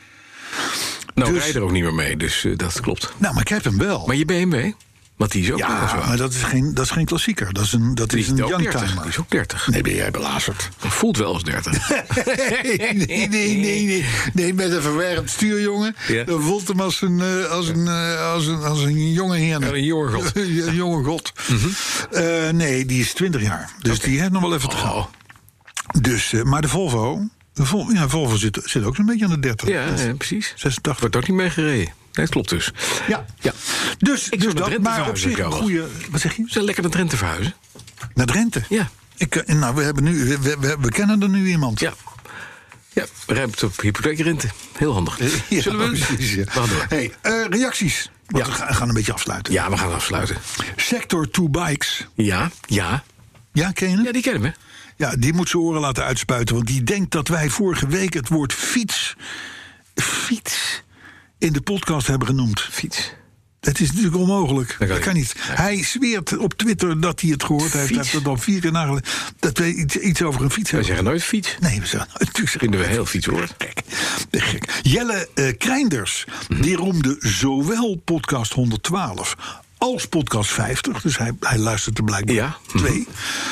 S4: Nou,
S3: dus,
S4: rij je er ook niet meer mee, dus uh, dat klopt.
S3: Nou, maar ik heb hem wel.
S4: Maar je B M W? Want die is ook
S3: ja, maar dat is, geen, dat is geen klassieker. Dat is een, dat is een youngtimer.
S4: Die is ook dertig.
S3: Nee, ben jij belazerd.
S4: Dat voelt wel als dertig.
S3: nee, nee, nee, nee. Nee, met een verwerkt stuur, jongen. Ja. Dan voelt hem als een, uh, als een, uh, als een, als een jonge heer.
S4: Ja, een jonge god.
S3: een jonge god. Mm-hmm. Uh, nee, die is twintig jaar. Dus okay. die heeft nog wel even te gaan. Oh. Dus, uh, maar de Volvo... De Volvo, ja, Volvo zit, zit ook zo'n beetje aan de dertig.
S4: Ja, ja precies.
S3: zesentachtig.
S4: Wordt ook niet mee gereden. Nee, dat klopt dus.
S3: Ja.
S4: ja.
S3: Dus,
S4: ik
S3: dus dat, maar op zich een goede... Wat zeg je?
S4: We zijn lekker naar Drenthe verhuizen.
S3: Naar Drenthe?
S4: Ja.
S3: Ik, nou, we, hebben nu, we, we, we kennen er nu iemand.
S4: Ja. Ja, ruimt op hypotheekrente. Heel handig.
S3: Ja,
S4: Zullen we?
S3: Precies, ja.
S4: We gaan door.
S3: Hey, uh, reacties. Want ja. We gaan een beetje afsluiten.
S4: Ja, we gaan afsluiten.
S3: Sector two Bikes.
S4: Ja, ja.
S3: Ja, ken je hem?
S4: Ja, die kennen we.
S3: Ja, die moet zijn oren laten uitspuiten. Want die denkt dat wij vorige week het woord fiets... fiets in de podcast hebben genoemd.
S4: Fiets.
S3: Dat is natuurlijk onmogelijk. Dat kan, dat kan niet.
S4: Ja.
S3: Hij zweert op Twitter dat hij het gehoord heeft. Hij heeft het al vier keer nagelegd. Dat we iets, iets over een fiets
S4: wij
S3: hebben.
S4: We zeggen nooit fiets.
S3: Nee, we zeggen nooit fiets.
S4: Vinden we heel fietswoord.
S3: Gek. Gek. Jelle uh, Kreinders, mm-hmm. die roemde zowel podcast honderdtwaalf als podcast vijftig. Dus hij, hij luistert er blijkbaar
S4: ja.
S3: twee.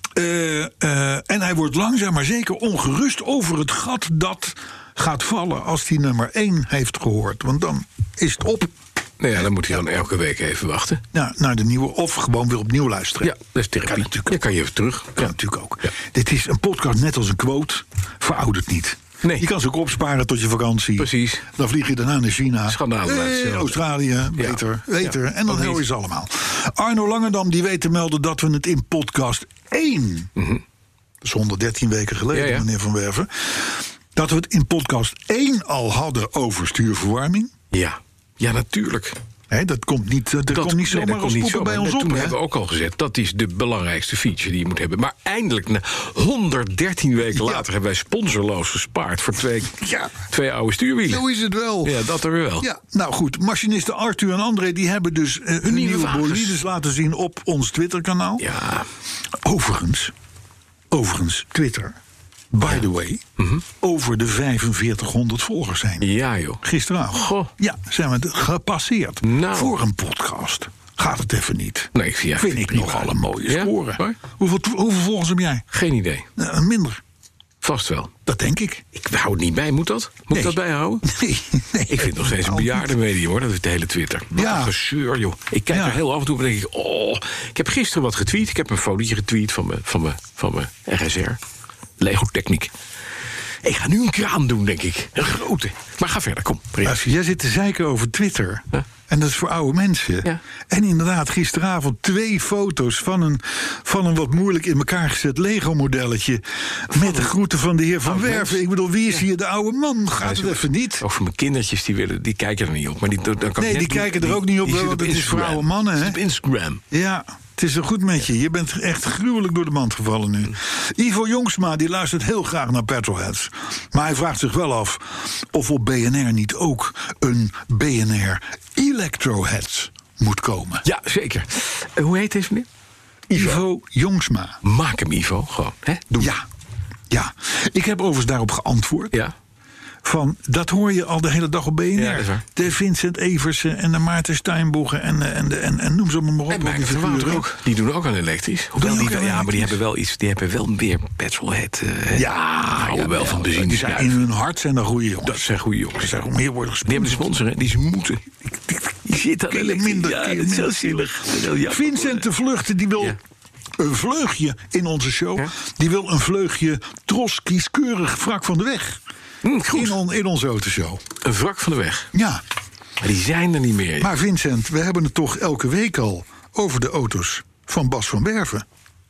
S3: Uh, uh, en hij wordt langzaam maar zeker ongerust over het gat dat gaat vallen als hij nummer één heeft gehoord. Want dan is het op.
S4: Nou ja, dan moet hij dan elke week even wachten.
S3: Ja, naar de nieuwe, of gewoon weer opnieuw luisteren.
S4: Ja, dat is therapie. Kan natuurlijk, ja, kan je even terug.
S3: Kan
S4: ja.
S3: natuurlijk ook.
S4: Ja.
S3: Dit is een podcast net als een quote. Veroudert niet.
S4: Nee.
S3: Je kan ze ook opsparen tot je vakantie.
S4: Precies.
S3: Dan vlieg je daarna naar China.
S4: Schandaal.
S3: Hey, Australië, beter, ja. beter. Ja. En dan hoor je ze allemaal. Arno Langendam die weet te melden dat we het in podcast één... Mm-hmm. Dat is honderddertien weken geleden, ja, ja. meneer Van Werven. Dat we het in podcast één al hadden over stuurverwarming.
S4: Ja, ja natuurlijk.
S3: He, dat komt niet, dat, dat komt niet zomaar nee, als poppen bij ons op.
S4: Toen hebben we ook al gezegd, dat is de belangrijkste feature die je moet hebben. Maar eindelijk, na honderddertien weken ja. later, hebben wij sponsorloos gespaard voor twee, ja. twee oude stuurwielen.
S3: Zo is het wel.
S4: Ja, dat er weer wel.
S3: Ja, nou goed, machinisten Arthur en André die hebben dus uh, hun nieuwe, nieuwe bolides laten zien op ons Twitterkanaal.
S4: Ja.
S3: Overigens, overigens, Twitter. By ja. the way, mm-hmm. over de vijfenveertighonderd volgers zijn.
S4: Ja, joh.
S3: Gisteravond.
S4: Goh.
S3: Ja, zijn we gepasseerd.
S4: Nou.
S3: Voor een podcast gaat het even niet.
S4: Nee, ja,
S3: vind ik nogal een mooie
S4: ja?
S3: score.
S4: Hoor?
S3: Hoeveel, hoeveel volgers heb jij?
S4: Geen idee.
S3: Uh, minder.
S4: Vast wel.
S3: Dat denk ik.
S4: Ik hou het niet bij. Moet dat? Moet
S3: nee.
S4: ik dat bijhouden?
S3: Nee, nee.
S4: Ik vind het nog steeds een bejaardenmedium, hoor. Dat is de hele Twitter. Wat
S3: ja.
S4: een gezeur, joh. Ik kijk ja. er heel af en toe en denk ik... Oh, ik heb gisteren wat getweet. Ik heb een fotootje getweet van mijn, van mijn, van mijn R S R. Lego Techniek. Ik ga nu een kraan doen, denk ik. Een grote. Maar ga verder, kom.
S3: Als jij zit te zeiken over Twitter. Huh? En dat is voor oude mensen.
S4: Ja.
S3: En inderdaad, gisteravond twee foto's van een, van een wat moeilijk in elkaar gezet Lego-modelletje. Met de groeten van de heer Van Werven. Mens. Ik bedoel, wie is ja. hier de oude man? Gaat ja, het even niet?
S4: Ook voor mijn kindertjes, die, willen, die kijken er niet op. Maar die, dan kan
S3: nee,
S4: ik
S3: die
S4: doen,
S3: kijken er
S4: die,
S3: ook niet op,
S4: die
S3: want
S4: op
S3: het is voor oude mannen. Hè?
S4: Op Instagram.
S3: Ja. Het is zo goed met je. Je bent echt gruwelijk door de mand gevallen nu. Ivo Jongsma die luistert heel graag naar Petrolheads. Maar hij vraagt zich wel af of op B N R niet ook een B N R Electroheads moet komen.
S4: Ja, zeker. Uh, hoe heet deze meneer?
S3: Ivo, Ivo Jongsma.
S4: Maak hem, Ivo, gewoon. Hè? Doe
S3: ja. ja, ik heb overigens daarop geantwoord.
S4: Ja.
S3: Van, dat hoor je al de hele dag op B N R.
S4: Ja,
S3: de Vincent Eversen en de Maarten Steinboegen en, en, en, en, en noem ze maar op.
S4: En Meijner van Wouter ook. Die doen ook aan elektrisch. Hoewel die, die, ja, maar die hebben wel iets. Die hebben wel meer petrolhead. Uh,
S3: ja,
S4: houden
S3: ja,
S4: wel
S3: ja,
S4: van benzine.
S3: Die zijn in hun hart zijn dat goede jongens.
S4: Dat zijn goede jongens.
S3: Die zijn meer worden
S4: die hebben de sponsor, hè? Die ze moeten. Die zit aan de
S3: minder.
S4: Ja, dat is zo zielig.
S3: Vincent de Vluchten, die wil... Ja. Een vleugje in onze show. Ja? Die wil een vleugje Tros kieskeurig wrak van de weg.
S4: Mm,
S3: in, on, in onze autoshow.
S4: Een wrak van de weg.
S3: Ja.
S4: Maar die zijn er niet meer.
S3: Maar Vincent, we hebben het toch elke week al over de auto's van Bas van Werven.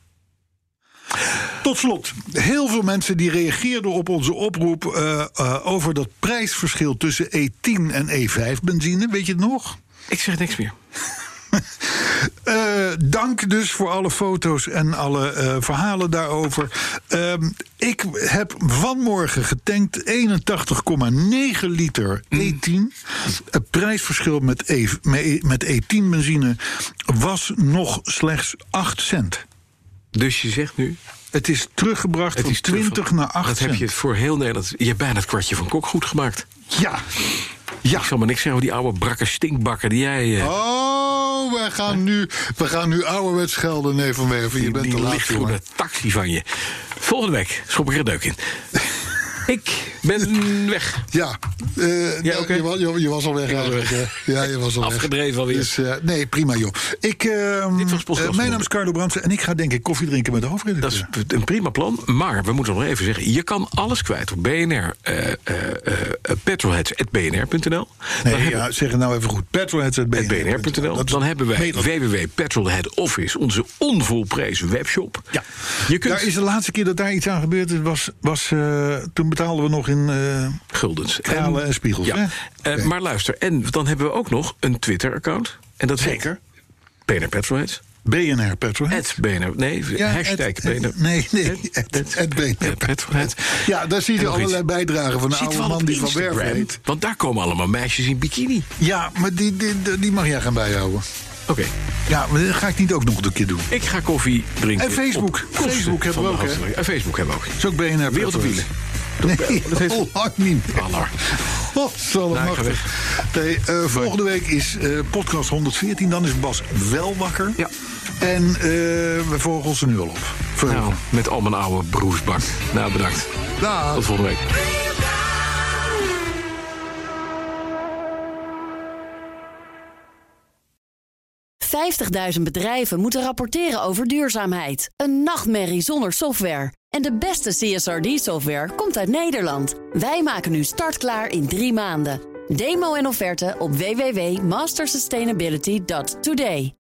S3: Tot slot, heel veel mensen die reageerden op onze oproep uh, uh, over dat prijsverschil tussen E tien en E vijf benzine. Weet je het nog?
S4: Ik zeg niks meer.
S3: Uh, dank dus voor alle foto's en alle uh, verhalen daarover. Uh, ik heb vanmorgen getankt eenentachtig komma negen liter E tien. Het prijsverschil met, e, met E tien benzine was nog slechts acht cent.
S4: Dus je zegt nu...
S3: Het is teruggebracht het van is twintig terug, naar acht
S4: dat
S3: cent.
S4: Dat heb je voor heel Nederland... Je hebt bijna het kwartje van Kok goed gemaakt.
S3: Ja. ja.
S4: Ik zal maar niks zeggen over die oude brakke stinkbakken die jij... Uh...
S3: Oh, we gaan, nu, we gaan nu ouderwets schelden, nee Van Werven. Je bent
S4: die
S3: te laat,
S4: lichtgroene taxi van je. Volgende week schop ik er een deuk in. Ik ben weg.
S3: Ja, uh, ja okay. je, was, je, je was al weg. Was weg. Ja, je was al
S4: afgedreven alweer.
S3: Dus, uh, nee, prima joh. Ik, uh, Dit was uh, mijn naam is Carlo Brandsen en ik ga denk ik koffie drinken met de hoofdredacteur.
S4: Dat is een prima plan, maar we moeten nog even zeggen... je kan alles kwijt op B N R, uh, uh, uh, petrolheads punt b n r punt n l.
S3: Nee, ja, zeg het nou even goed. petrolheads punt b n r punt n l.
S4: Dan hebben wij w w w punt petrolhead office, onze onvolprezen webshop.
S3: Ja.
S4: Je kunt...
S3: Daar is de laatste keer dat daar iets aan gebeurd is, was, was uh, toen betaalden we nog in uh,
S4: guldens,
S3: kralen en, en spiegels.
S4: Ja.
S3: Hè?
S4: Uh,
S3: okay.
S4: Maar luister, en dan hebben we ook nog een Twitter-account. En dat
S3: zeker.
S4: B N R Petrolheads.
S3: B N R Petrolheads.
S4: B N R, nee,
S3: ja,
S4: hashtag
S3: at,
S4: B N R.
S3: Nee, nee, at B N R Petrolheads. Ja, daar zie je allerlei bijdragen van de oude man die Van Werven heet.
S4: Want daar komen allemaal meisjes in bikini.
S3: Ja, maar die, die, die mag jij gaan bijhouden.
S4: Oké. Okay.
S3: Ja, maar dat ga ik niet ook nog een keer doen.
S4: Ik ga koffie drinken.
S3: En Facebook. Facebook hebben we ook, hè?
S4: En Facebook hebben we ook.
S3: Dat is ook B N R.
S4: Wereld op wielen.
S3: Nee, dat heeft oh, lang niet.
S4: Aller.
S3: Oh, zal het nou, nee, uh, volgende week is uh, podcast honderdveertien. Dan is Bas wel wakker.
S4: Ja.
S3: En uh, we volgen ons er nu al op.
S4: Nou, met al mijn oude broesbak. Nou, bedankt.
S3: Dag.
S4: Tot volgende week.
S1: vijftigduizend bedrijven moeten rapporteren over duurzaamheid. Een nachtmerrie zonder software. En de beste C S R D-software komt uit Nederland. Wij maken nu startklaar in drie maanden. Demo en offerte op w w w punt master sustainability punt today.